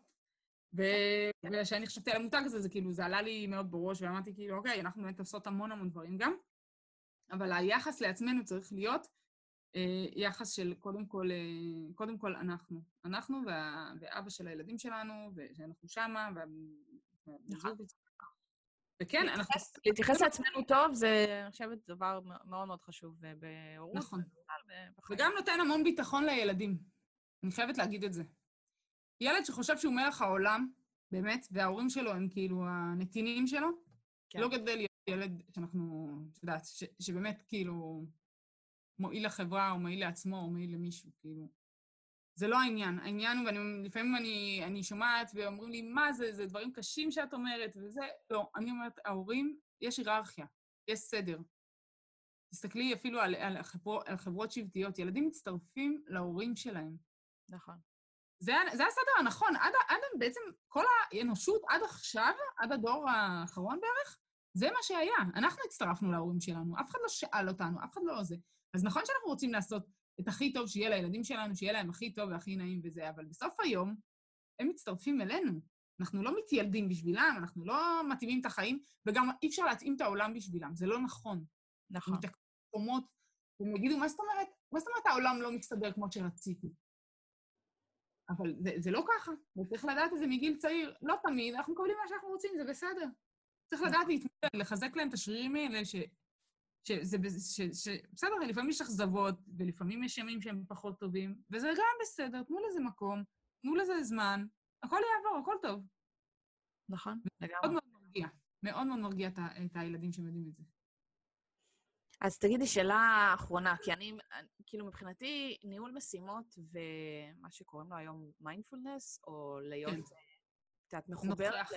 וכשאני חשבתי על המותג הזה, זה כאילו, זה עלה לי מאוד בראש, ואמרתי כאילו, אוקיי, אנחנו באמת עושות המון המון דברים גם, אבל היחס לעצמנו צריך להיות אה, יחס של קודם כל, אה, קודם כל אנחנו. אנחנו וה, ואבא של הילדים שלנו, ושאנחנו שמה, והזוג. וכן, אנחנו... להתייחס לעצמנו טוב, זה, אני חושבת, דבר מאוד מאוד חשוב בהורות. נכון. וגם נותן המון ביטחון לילדים. אני חייבת להגיד את זה. ילד שחושב שהוא מלך העולם, באמת, וההורים שלו הם כאילו הנתינים שלו, כן. לא גדל ילד שאנחנו, את יודעת, ש, שבאמת כאילו מועיל לחברה, או מועיל לעצמו, או מועיל למישהו, כאילו. זה לא העניין. העניין הוא, ולפעמים אני, אני שומעת ואומרים לי, מה זה, זה דברים קשים שאת אומרת, וזה, לא. אני אומרת, ההורים, יש היררכיה, יש סדר. תסתכלי אפילו על, על, החברו, על חברות שבטיות, ילדים מצטרפים להורים שלהם. נכון. זה, זה הסדר הנכון. עד, עד בעצם כל האנושות עד עכשיו, עד הדור האחרון בערך, זה מה שהיה. אנחנו הצטרפנו להורים שלנו, אף אחד לא שאל אותנו, אף אחד לא זה. אז נכון שאנחנו רוצים לעשות את הכי טוב שיהיה לילדים שלנו, שיהיה להם הכי טוב והכי נעים וזה, אבל בסוף היום הם מצטרפים אלינו. אנחנו לא מתיילדים בשבילם, אנחנו לא מתאימים את החיים, וגם אי אפשר להתאים את העולם בשבילם. זה לא נכון. נכון. מתקומות, והם יגידו, מה זאת אומרת? מה זאת אומרת העולם לא מסתדר כמו שרציתי? אבל זה, זה לא ככה, וצריך לדעת את זה מגיל צעיר. לא תמיד, אנחנו מקבלים מה שאנחנו רוצים, זה בסדר. צריך לדעת להתמודד, לחזק להם את השרירים האלה, ש... שזה, ש... ש... בסדר, לפעמים יש אכזבות, ולפעמים יש ימים שהם פחות טובים, וזה גם בסדר, תנו לזה מקום, תנו לזה זמן, הכל יעבור, הכל טוב. נכון, לגמרי. מאוד מאוד מרגיע, מאוד מאוד מרגיע את, ה... את הילדים שמיודעים את זה. אז תגידי שאלה אחרונה, כי אני, כאילו מבחינתי, ניהול משימות ומה שקוראים לו היום מיינדפולנס, או להיות, את מחוברת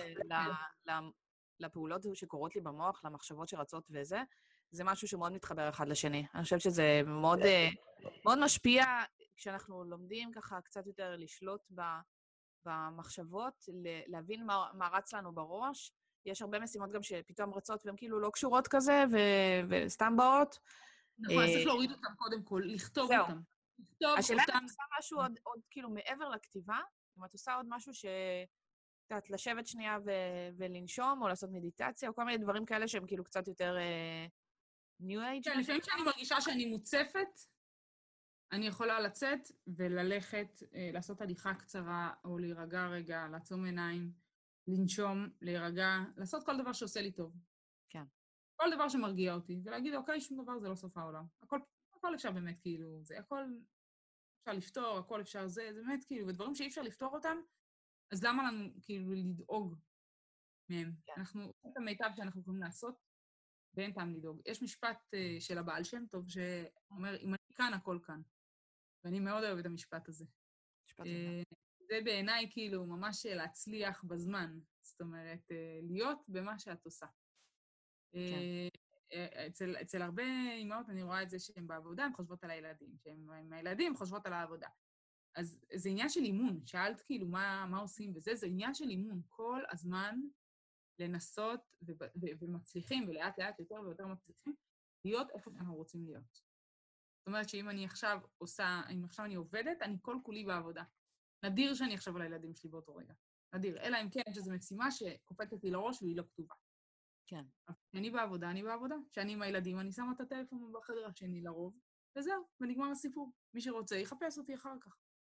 לפעולות שקורות לי במוח, למחשבות שרצות וזה, זה משהו שמאוד מתחבר אחד לשני. אני חושבת שזה מאוד, מאוד משפיע כשאנחנו לומדים ככה קצת יותר לשלוט במחשבות, להבין מה, מה רץ לנו בראש, יש הרבה משימות גם שפתאום רצות והן כאילו לא קשורות כזה, ו- וסתם באות. נכון, אז צריך להוריד אותם קודם כל, לכתוב זהו. אותם. לכתוב השאלה אותם. אם את עושה משהו עוד, עוד כאילו מעבר לכתיבה, אם את עושה עוד משהו ש... את יודעת, לשבת שנייה ו- ולנשום, או לעשות מדיטציה, או כל מיני דברים כאלה שהם כאילו קצת יותר ניו אייג'. כן, לפעמים שאני מרגישה שאני מוצפת, אני יכולה לצאת וללכת, אה, לעשות הליכה קצרה, או להירגע רגע, לעצום עיניים, לנשום, להירגע, לעשות כל דבר שעושה לי טוב. כן. כל דבר שמרגיע אותי, ולהגיד, אוקיי, שום דבר זה לא סוף העולם. הכל, הכל אפשר באמת, כאילו, זה הכל אפשר לפתור, הכל אפשר זה, זה באמת, כאילו, ודברים שאי אפשר לפתור אותם, אז למה לנו, כאילו, לדאוג מהם? כן. אנחנו עושים את המיטב שאנחנו יכולים לעשות, ואין טעם לדאוג. יש משפט uh, של הבעל שם טוב, שאומר, אם אני כאן, הכל כאן. ואני מאוד אוהבת את המשפט הזה. משפט יפה. זה בעיניי כאילו ממש להצליח בזמן. זאת אומרת, להיות במה שאת עושה. כן. אצל, אצל הרבה אמהות אני רואה את זה שהן בעבודה, הן חושבות על הילדים. שהן עם הילדים, חושבות על העבודה. אז זה עניין של אימון. שאלת כאילו מה, מה עושים וזה, זה עניין של אימון. כל הזמן לנסות ו- ו- ומצליחים, ולאט לאט יותר ויותר מצליחים, להיות איפה שאנחנו רוצים להיות. זאת אומרת שאם אני עכשיו עושה, אם עכשיו אני עובדת, אני כל כולי בעבודה. נדיר שאני אחשוב על הילדים שלי באותו רגע. נדיר. אלא אם כן שזו משימה שקופצת לי לראש והיא לא כתובה. כן. כשאני בעבודה, אני בעבודה. כשאני עם הילדים, אני שמה את הטלפון בחדר השני לרוב, וזהו, ונגמר הסיפור. מי שרוצה יחפש אותי אחר כך.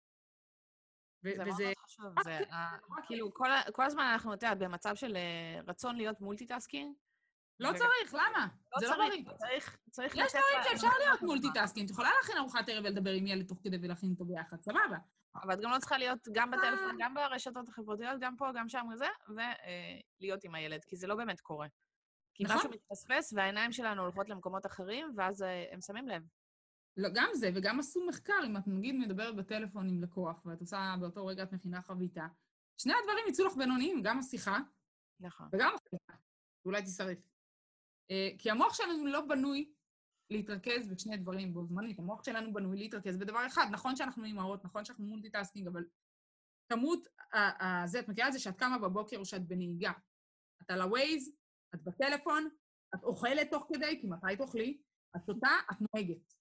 זה מאוד מאוד חשוב. זה, כאילו, כל הזמן אנחנו, אתה יודע, במצב של רצון להיות מולטיטאסקינג. לא צריך, למה? זה לא בריא. צריך יש דברים שאפשר להיות מולטיטאסקינג. את יכולה להכין ארוחת ערב ולדבר עם ילד תוך כדי ולהכין אותו ביחד, סבבה. אבל את גם לא צריכה להיות גם בטלפון, גם ברשתות החברתיות, גם פה, גם שם וזה, ולהיות עם הילד, כי זה לא באמת קורה. כי משהו מתפספס, והעיניים שלנו הולכות למקומות אחרים, ואז הם שמים לב. לא, גם זה, וגם עשו מחקר, אם את נגיד מדברת בטלפון עם לקוח, ואת עושה באותו רגע את מכינה חביתה, שני הדברים יצאו לך בינוניים, גם השיחה, נכון. וגם החביתה, ואולי תישרף. כי המוח שלנו לא בנוי להתרכז בשני דברים בו זמנית, המוח שלנו בנוי להתרכז בדבר אחד. נכון שאנחנו אימהות, נכון שאנחנו מולטיטאסקינג, אבל כמות הזה, את מכירה את זה שאת קמה בבוקר או שאת בנהיגה. את על הווייז, את בטלפון, את אוכלת תוך כדי, כי מתי תאכלי, את שותה, את נוהגת.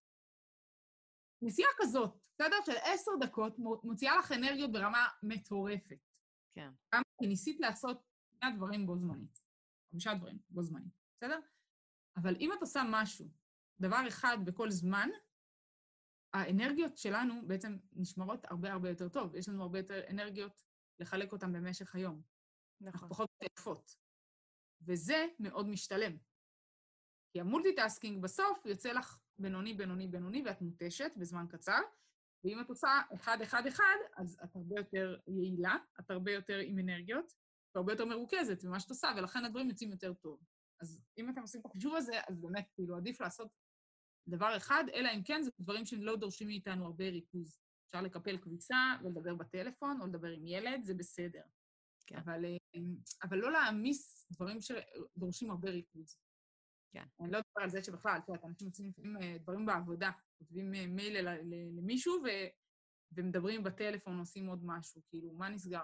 נסיעה כזאת, בסדר? של עשר דקות, מוציאה לך אנרגיות ברמה מטורפת. כן. גם כי ניסית לעשות שני דברים בו זמנית. חמישה דברים בו זמנית, בסדר? אבל אם את עושה משהו, דבר אחד בכל זמן, האנרגיות שלנו בעצם נשמרות הרבה הרבה יותר טוב. יש לנו הרבה יותר אנרגיות לחלק אותן במשך היום. נכון. אנחנו פחות תעפות. וזה מאוד משתלם. כי המולטיטאסקינג בסוף יוצא לך בינוני, בינוני, בינוני, ואת מוטשת בזמן קצר, ואם את עושה אחד, אחד, אחד, אז את הרבה יותר יעילה, את הרבה יותר עם אנרגיות, את הרבה יותר מרוכזת במה שאת עושה, ולכן הדברים יוצאים יותר טוב. אז אם אתם עושים את החישוב הזה, אז באמת, כאילו, עדיף לעשות דבר אחד, אלא אם כן, זה דברים שלא דורשים מאיתנו הרבה ריכוז. אפשר לקפל כביסה ולדבר בטלפון, או לדבר עם ילד, זה בסדר. כן. אבל, אבל לא להעמיס דברים שדורשים הרבה ריכוז. כן. אני לא אדבר על זה שבכלל, תראה, אנשים עושים דברים בעבודה, כותבים מייל למישהו ו... ומדברים בטלפון, עושים עוד משהו, כאילו, מה נסגר?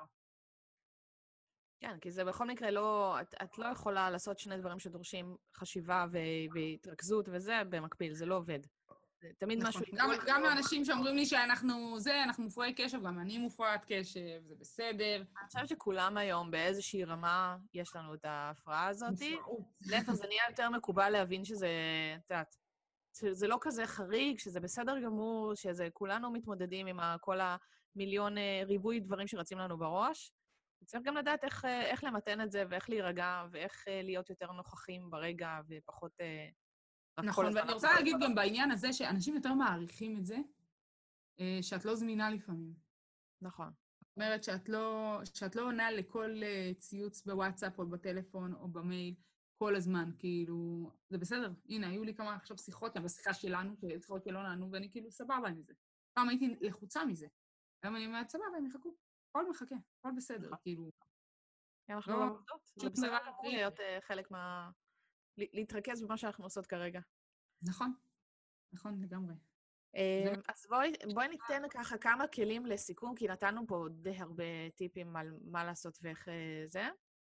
כן, כי זה בכל מקרה לא, את, את לא יכולה לעשות שני דברים שדורשים חשיבה ו- והתרכזות וזה במקביל, זה לא עובד. זה תמיד נכון. משהו... גם, גם האנשים שאומרים לי שאנחנו, זה, אנחנו מופרעי קשב, גם אני מופרעת קשב, זה בסדר. אני חושבת שכולם היום באיזושהי רמה יש לנו את ההפרעה הזאת. מופרעות. להפך, זה נהיה יותר מקובל להבין שזה, את יודעת, זה לא כזה חריג, שזה בסדר גמור, שזה כולנו מתמודדים עם כל המיליון ריבוי דברים שרצים לנו בראש. צריך גם לדעת איך, איך למתן את זה, ואיך להירגע, ואיך להיות יותר נוכחים ברגע, ופחות... נכון, ואני רוצה להגיד גם בעניין הזה, שאנשים יותר מעריכים את זה, שאת לא זמינה לפעמים. נכון. זאת אומרת שאת לא, שאת לא עונה לכל ציוץ בוואטסאפ, או בטלפון, או במייל, כל הזמן, כאילו, זה בסדר. הנה, היו לי כמה עכשיו שיחות, בשיחה שלנו, שיחות שלא נענו, ואני כאילו סבבה עם זה. פעם הייתי לחוצה מזה. היום אני אומרת, סבבה, הם יחכו. הכל מחכה, הכל בסדר, כאילו. אנחנו עובדות. זה בסדר גמור להיות חלק מה... להתרכז במה שאנחנו עושות כרגע. נכון, נכון לגמרי. אז בואי ניתן ככה כמה כלים לסיכום, כי נתנו פה די הרבה טיפים על מה לעשות ואיך זה.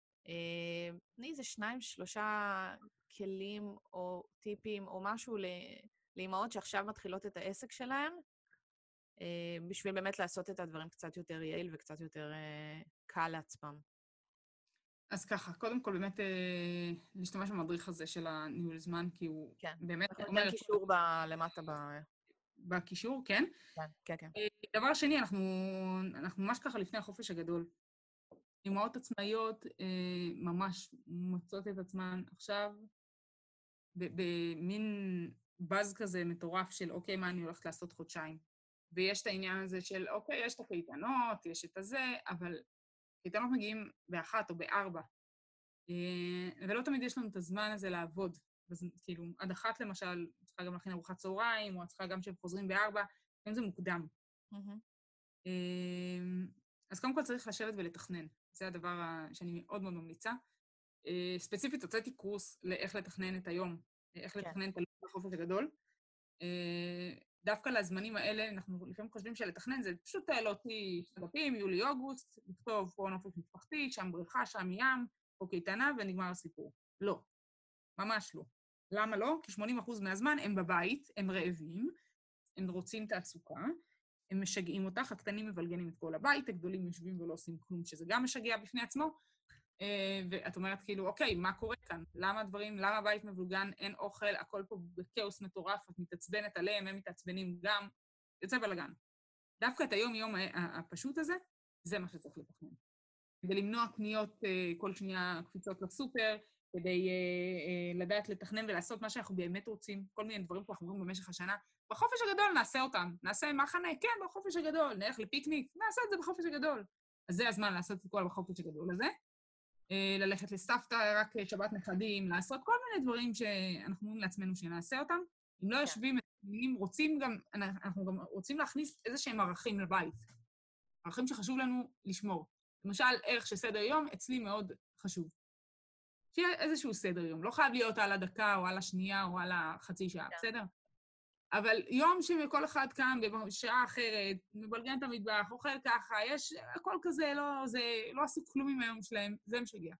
תני איזה שניים, שלושה כלים או טיפים או משהו לאמהות שעכשיו מתחילות את העסק שלהן, בשביל באמת לעשות את הדברים קצת יותר יעיל וקצת יותר קל לעצמם. אז ככה, קודם כל באמת להשתמש במדריך הזה של הניהול זמן, כי הוא באמת... אנחנו ניתן קישור למטה ב... בקישור, כן? כן, כן, כן. דבר שני, אנחנו, אנחנו ממש ככה לפני החופש הגדול. אמהות עצמאיות אה, ממש מוצאות את עצמן עכשיו במין בז כזה מטורף של אוקיי, מה אני הולכת לעשות חודשיים. ויש את העניין הזה של אוקיי, יש את הקייטנות, יש את הזה, אבל קייטנות מגיעים באחת או בארבע. אה, ולא תמיד יש לנו את הזמן הזה לעבוד. אז כאילו, עד אחת למשל, צריכה גם להכין ארוחת צהריים, או צריכה גם שהם חוזרים בארבע, אם זה מוקדם. Mm-hmm. אז קודם כל צריך לשבת ולתכנן. זה הדבר שאני מאוד מאוד ממליצה. ספציפית, הוצאתי קורס לאיך לתכנן את היום, איך לתכנן את החופש הגדול. דווקא לזמנים האלה, אנחנו לפעמים חושבים שלתכנן זה פשוט להוציא דפים, יולי-אוגוסט, לכתוב פה נופש משפחתי, שם בריכה, שם ים, פה קייטנה, ונגמר הסיפור. לא, ממש לא. למה לא? כי שמונים אחוז מהזמן הם בבית, הם רעבים, הם רוצים תעסוקה, הם משגעים אותך, הקטנים מבלגנים את כל הבית, הגדולים יושבים ולא עושים כלום, שזה גם משגע בפני עצמו, ואת אומרת כאילו, אוקיי, מה קורה כאן? למה הדברים, למה הבית מבולגן, אין אוכל, הכל פה בכאוס מטורף, את מתעצבנת עליהם, הם מתעצבנים גם, יוצא בלגן. דווקא את היום-יום הפשוט הזה, זה מה שצריך לתכנן. כדי למנוע קניות כל שנייה קפיצות לסופר, כדי לדעת לתכנן ולעשות מה שאנחנו באמת רוצים, כל מיני דברים פה אנחנו אומרים במשך השנה, בחופש הגדול נעשה אותם, נעשה מחנה, כן, בחופש הגדול, נלך לפיקניק, נעשה את זה בחופש הגדול. אז זה הזמן לעשות את כל בחופש הגדול הזה. ללכת לסבתא, רק שבת נכדים, לעשות כל מיני דברים שאנחנו אומרים לעצמנו שנעשה אותם. אם לא יושבים, אם רוצים גם, אנחנו גם רוצים להכניס איזה שהם ערכים לבית. ערכים שחשוב לנו לשמור. למשל, ערך של סדר יום, אצלי מאוד חשוב. שיהיה איזשהו סדר יום. לא חייב להיות על הדקה או על השנייה או על החצי שעה, בסדר? אבל יום שכל אחד קם בשעה אחרת, מבלגן את המטבח, אוכל ככה, יש הכל כזה, לא, זה, לא עשו כלום עם היום שלהם, זה משגע.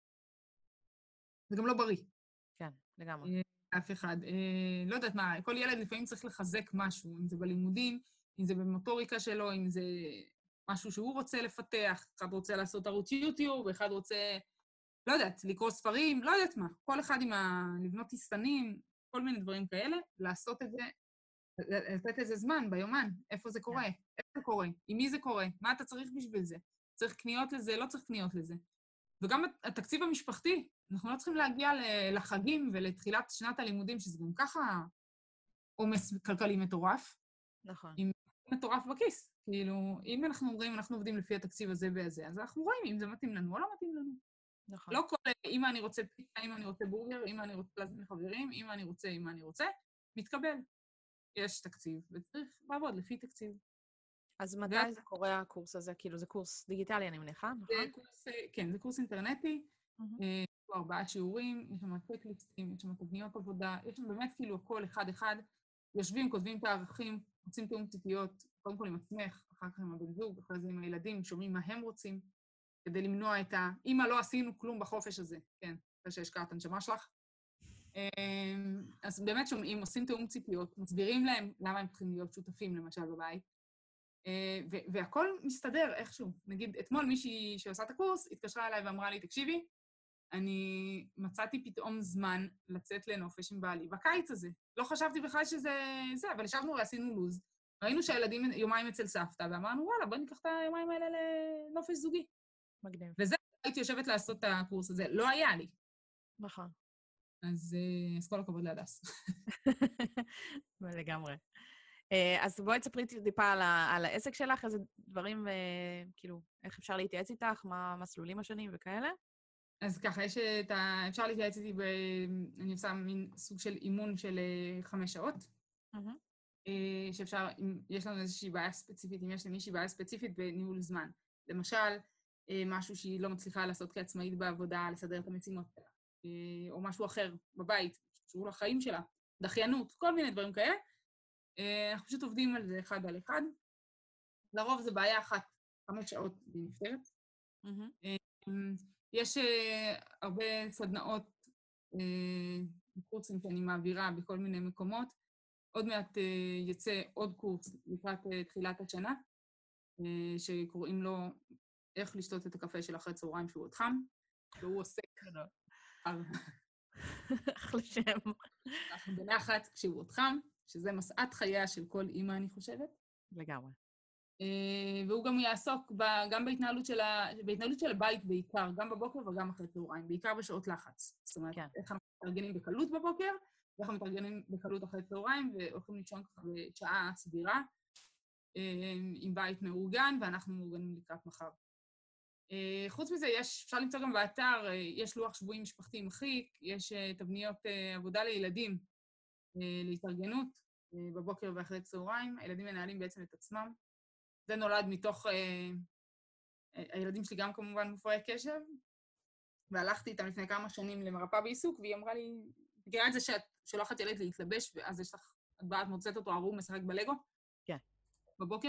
זה גם לא בריא. כן, לגמרי. אף אחד. לא יודעת מה, כל ילד לפעמים צריך לחזק משהו, אם זה בלימודים, אם זה במוטוריקה שלו, אם זה משהו שהוא רוצה לפתח, אחד רוצה לעשות ערוץ יוטיוב, אחד רוצה, לא יודעת, לקרוא ספרים, לא יודעת מה. כל אחד עם ה... לבנות תסתנים, כל מיני דברים כאלה, לעשות את זה, לתת איזה זמן ביומן, איפה זה קורה, איך זה קורה, עם מי זה קורה, מה אתה צריך בשביל זה. צריך קניות לזה, לא צריך קניות לזה. וגם התקציב המשפחתי, אנחנו לא צריכים להגיע לחגים ולתחילת שנת הלימודים, שזה גם ככה עומס כלכלי מטורף. נכון. עם מטורף בכיס. כאילו, אם אנחנו אומרים, אנחנו עובדים לפי התקציב הזה והזה, אז אנחנו רואים אם זה מתאים לנו או לא מתאים לנו. נכון. לא כל, אם אני רוצה פיצה, אם אני רוצה בורגר, אם אני רוצה להזמין חברים, אם אני רוצה, אם אני רוצה, מתקבל. יש תקציב, וצריך לעבוד לפי תקציב. אז מתי זה קורה הקורס הזה? כאילו, זה קורס דיגיטלי, אני מניחה, נכון? זה קורס, כן, זה קורס אינטרנטי. יש פה ארבעה שיעורים, יש שם טקליסטים, יש שם תבניות עבודה, יש שם באמת כאילו הכל אחד-אחד. יושבים, כותבים את הערכים, רוצים תאום ציפיות, קודם כל עם עצמך, אחר כך עם הבן זוג, אחרי זה עם הילדים, שומעים מה הם רוצים, כדי למנוע את ה... אמא, לא עשינו כלום בחופש הזה, כן, אחרי שהשקעת הנשמה שלך. אז באמת שומעים, עושים תאום ציפיות, מסבירים להם למה הם צריכים להיות שותפים, למשל, בבית, והכל מסתדר איכשהו. נגיד, אתמול מישהי שעושה את הקורס, התקשרה אליי ואמרה לי, תקשיבי, אני מצאתי פתאום זמן לצאת לנופש עם בעלי בקיץ הזה. לא חשבתי בכלל שזה זה, אבל ישבנו ועשינו לוז. ראינו שהילדים יומיים אצל סבתא, ואמרנו, וואלה, בואי ניקח את היומיים האלה לנופש זוגי. מגניב. וזה, הייתי יושבת לעשות את הקורס הזה. לא היה לי. נכון. אז, אז כל הכבוד להדס. לגמרי. אז בואי תספרי טיפה על, על העסק שלך, איזה דברים, כאילו, איך אפשר להתייעץ איתך, מה המסלולים השונים וכאלה? אז ככה, יש את ה... אפשר להתייעץ איתי ב... אני עושה מין סוג של אימון של חמש שעות, mm-hmm. שאפשר, אם יש לנו איזושהי בעיה ספציפית, אם יש למישהי בעיה ספציפית בניהול זמן. למשל, משהו שהיא לא מצליחה לעשות כעצמאית בעבודה, לסדר את המשימות שלה, או משהו אחר בבית, שקשור לחיים שלה, דחיינות, כל מיני דברים כאלה. אנחנו פשוט עובדים על זה אחד על אחד. לרוב זה בעיה אחת, חמש שעות בנפטרת. Mm-hmm. יש uh, הרבה סדנאות, uh, קורסים שאני מעבירה בכל מיני מקומות. עוד מעט uh, יצא עוד קורס לקראת uh, תחילת השנה, uh, שקוראים לו איך לשתות את הקפה של אחרי צהריים שהוא עוד חם, והוא עוסק... אחלה שם. אנחנו בנחת כשהוא עוד חם. שזה מסעת חייה של כל אימא, אני חושבת. לגמרי. והוא גם יעסוק גם בהתנהלות של, ה... בהתנהלות של הבית בעיקר, גם בבוקר וגם אחרי צהריים, בעיקר בשעות לחץ. זאת אומרת, כן. איך אנחנו מתארגנים בקלות בבוקר, ואיך אנחנו מתארגנים בקלות אחרי צהריים, והולכים לישון ככה בשעה סבירה, עם בית מאורגן, ואנחנו מאורגנים לקראת מחר. חוץ מזה, יש, אפשר למצוא גם באתר, יש לוח שבועי משפחתי מחיק, יש תבניות עבודה לילדים להתארגנות בבוקר ואחרי צהריים, הילדים מנהלים בעצם את עצמם. זה נולד מתוך, אה, הילדים שלי גם כמובן מופרעי קשב, והלכתי איתם לפני כמה שנים למרפאה בעיסוק, והיא אמרה לי, תקרא את זה שאת שולחת ילד להתלבש, ואז יש לך, את באה, את מוצאת אותו ערום, משחק בלגו? כן. בבוקר?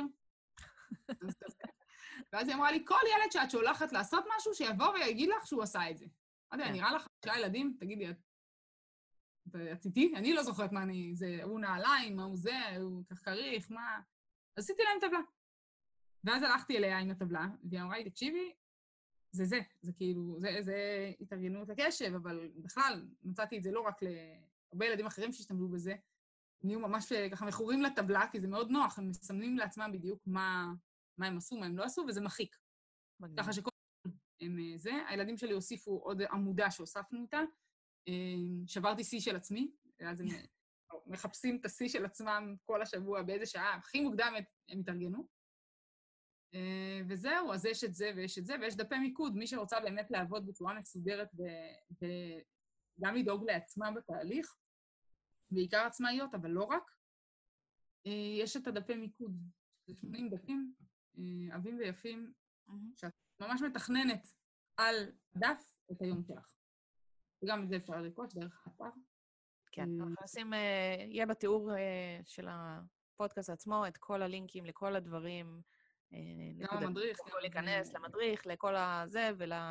ואז היא אמרה לי, כל ילד שאת שולחת לעשות משהו, שיבוא ויגיד לך שהוא עשה את זה. אמרתי, נראה לך, שעה ילדים, תגידי, את איתי? אני לא זוכרת מה אני, זה, הוא נעליים, מה הוא זה, הוא כך כריך, מה... אז עשיתי להם טבלה. ואז הלכתי אליה עם הטבלה, והיא אמרה לי, תקשיבי, זה זה, זה כאילו, זה, זה התארגנות לקשב, אבל בכלל, מצאתי את זה לא רק להרבה ילדים אחרים שהשתמשו בזה, נהיו ממש ככה מכורים לטבלה, כי זה מאוד נוח, הם מסמנים לעצמם בדיוק מה, מה הם עשו, מה הם לא עשו, וזה מחיק. מגניב. ככה שכל הם זה, הילדים שלי הוסיפו עוד עמודה שהוספנו אותה, שברתי שיא של עצמי, אז הם מחפשים את השיא של עצמם כל השבוע, באיזה שעה, הכי מוקדם הם התארגנו. וזהו, אז יש את זה ויש את זה, ויש דפי מיקוד, מי שרוצה באמת לעבוד בצורה מסודרת וגם לדאוג לעצמה בתהליך, בעיקר עצמאיות, אבל לא רק, יש את הדפי מיקוד. זה שמונים דפים, עבים ויפים, שאת ממש מתכננת על דף את היום שלך. וגם את זה אפשר לרכוש דרך האתר. כן, אנחנו נשים, יהיה בתיאור של הפודקאסט עצמו את כל הלינקים לכל הדברים, גם המדריך. תוכלו להיכנס למדריך, לכל הזה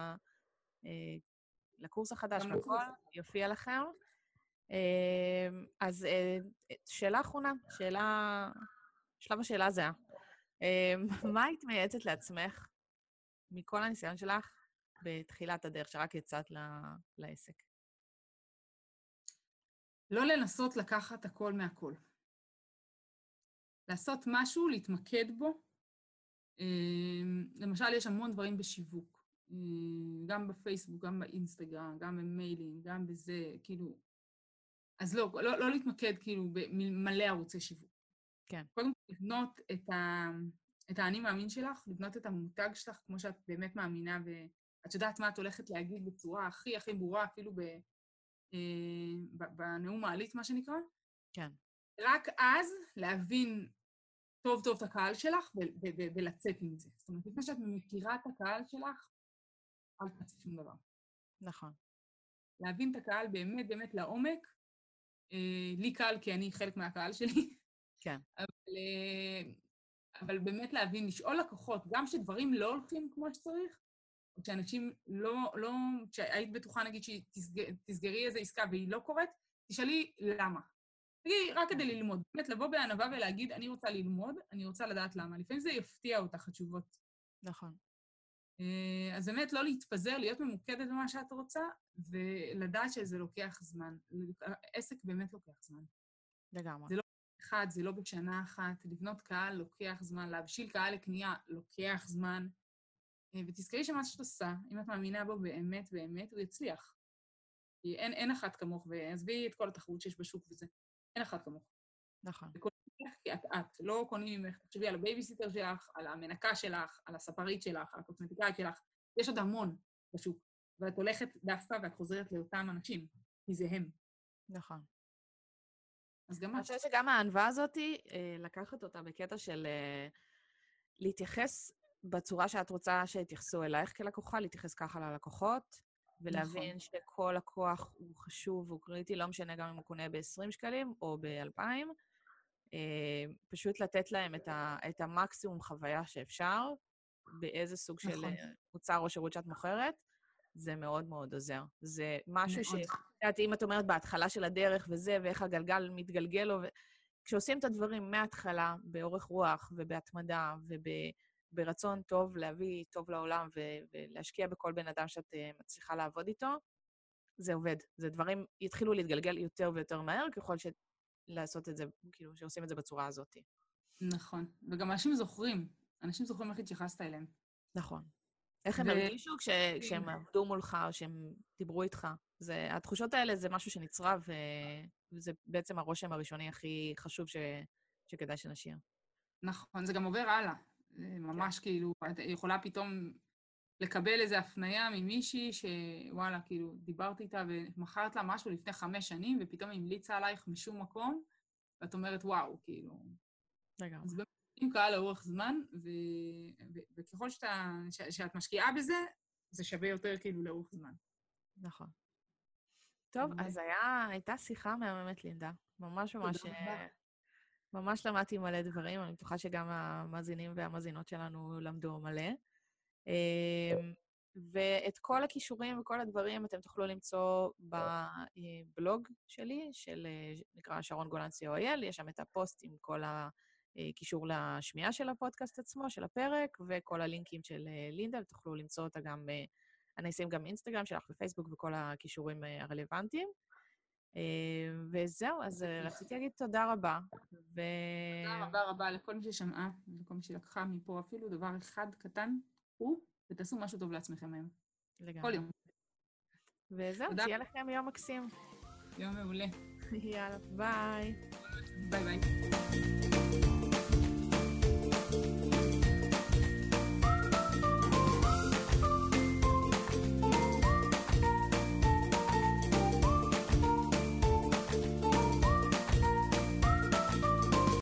ולקורס החדש והכל, יופיע לכם. אז שאלה אחרונה, שאלה, שלב השאלה זהה. מה היית מייעצת לעצמך מכל הניסיון שלך בתחילת הדרך, שרק יצאת לעסק? לא לנסות לקחת הכל מהכל. לעשות משהו, להתמקד בו. למשל, יש המון דברים בשיווק. גם בפייסבוק, גם באינסטגרם, גם במיילים, גם בזה, כאילו... אז לא, לא, לא להתמקד כאילו במלא ערוצי שיווק. כן. קודם כל, לבנות את, ה, את האני מאמין שלך, לבנות את המותג שלך כמו שאת באמת מאמינה, ואת יודעת מה את הולכת להגיד בצורה הכי הכי ברורה, אפילו ב, אה, בנאום מעלית, מה שנקרא. כן. רק אז להבין טוב טוב את הקהל שלך ו- ו- ו- ולצאת עם זה. זאת אומרת, לפני שאת מכירה את הקהל שלך, אל תעשי שום דבר. נכון. להבין את הקהל באמת באמת לעומק, אה, לי קל כי אני חלק מהקהל שלי. כן. אבל, אבל באמת להבין, לשאול לקוחות, גם שדברים לא הולכים כמו שצריך, או שאנשים לא, לא, שהיית בטוחה נגיד שתסגרי איזו עסקה והיא לא קורית, תשאלי למה. תגידי, רק כדי ללמוד. באמת לבוא בענווה ולהגיד, אני רוצה ללמוד, אני רוצה לדעת למה. לפעמים זה יפתיע אותך, התשובות. נכון. אז באמת לא להתפזר, להיות ממוקדת במה שאת רוצה, ולדעת שזה לוקח זמן. עסק באמת לוקח זמן. לגמרי. זה לא אחד, זה לא בשנה אחת. לבנות קהל לוקח זמן, להבשיל קהל לקנייה לוקח זמן. ותזכרי שמה שאת עושה, אם את מאמינה בו באמת באמת, הוא יצליח. כי אין, אין אחת כמוך, ועזבי את כל התחרות שיש בשוק וזה. אין אחת כמוך. נכון. וקונים ממך כי את את, לא קונים ממך, תחשבי על הבייביסיטר שלך, על המנקה שלך, על הספרית שלך, על הקוסמטיקאית שלך. יש עוד המון בשוק, ואת הולכת דווקא ואת חוזרת לאותם אנשים, כי זה הם. נכון. אז גם אני חושבת שגם הענווה הזאת, לקחת אותה בקטע של להתייחס בצורה שאת רוצה שיתייחסו אלייך כלקוחה, להתייחס ככה ללקוחות, ולהבין שכל לקוח הוא חשוב, הוא קריטי, לא משנה גם אם הוא קונה ב-עשרים שקלים או ב-אלפיים, פשוט לתת להם את המקסימום חוויה שאפשר, באיזה סוג של מוצר או שירות שאת מוכרת, זה מאוד מאוד עוזר. זה משהו ש... יודעת, אם את אומרת בהתחלה של הדרך וזה, ואיך הגלגל מתגלגל לו, כשעושים את הדברים מההתחלה, באורך רוח ובהתמדה וברצון טוב להביא טוב לעולם ולהשקיע בכל בן אדם שאת מצליחה לעבוד איתו, זה עובד. זה דברים יתחילו להתגלגל יותר ויותר מהר, ככל לעשות את זה, כאילו, שעושים את זה בצורה הזאת. נכון. וגם אנשים זוכרים. אנשים זוכרים איך התייחסת אליהם. נכון. איך הם ו- הרגישו כש... כשהם עבדו מולך, או שהם דיברו איתך. זה... התחושות האלה זה משהו שנצרב, ו... וזה בעצם הרושם הראשוני הכי חשוב ש... שכדאי שנשאיר. נכון, זה גם עובר הלאה. זה ממש כאילו, את יכולה פתאום לקבל איזו הפנייה ממישהי שוואלה, כאילו, דיברת איתה ומכרת לה משהו לפני חמש שנים, ופתאום היא המליצה עלייך משום מקום, ואת אומרת, וואו, כאילו... לגמרי. אז באמת, אם קרה לאורך זמן, ו... ו... וככל שאתה... ש... שאת משקיעה בזה, זה שווה יותר כאילו לאורך זמן. נכון. טוב, אז היה... הייתה שיחה מהממת, לינדה. ממש ממש... תודה רבה. ממש למדתי מלא דברים, אני בטוחה שגם המאזינים והמאזינות שלנו למדו מלא. ואת כל הכישורים וכל הדברים אתם תוכלו למצוא בבלוג שלי, של נקרא שרון גולן סי או איי אל, יש שם את הפוסט עם כל הקישור לשמיעה של הפודקאסט עצמו, של הפרק, וכל הלינקים של לינדה, ותוכלו למצוא אותה גם, אני אשים גם אינסטגרם שלך ופייסבוק וכל הכישורים הרלוונטיים. וזהו, אז רציתי להגיד תודה רבה. ו... תודה רבה רבה לכל מי ששמעה, ולכל מי שלקחה מפה אפילו דבר אחד קטן, הוא, ותעשו משהו טוב לעצמכם היום. לגמרי. כל יום. וזהו, שיהיה לכם יום מקסים. יום מעולה. יאללה, ביי. ביי ביי.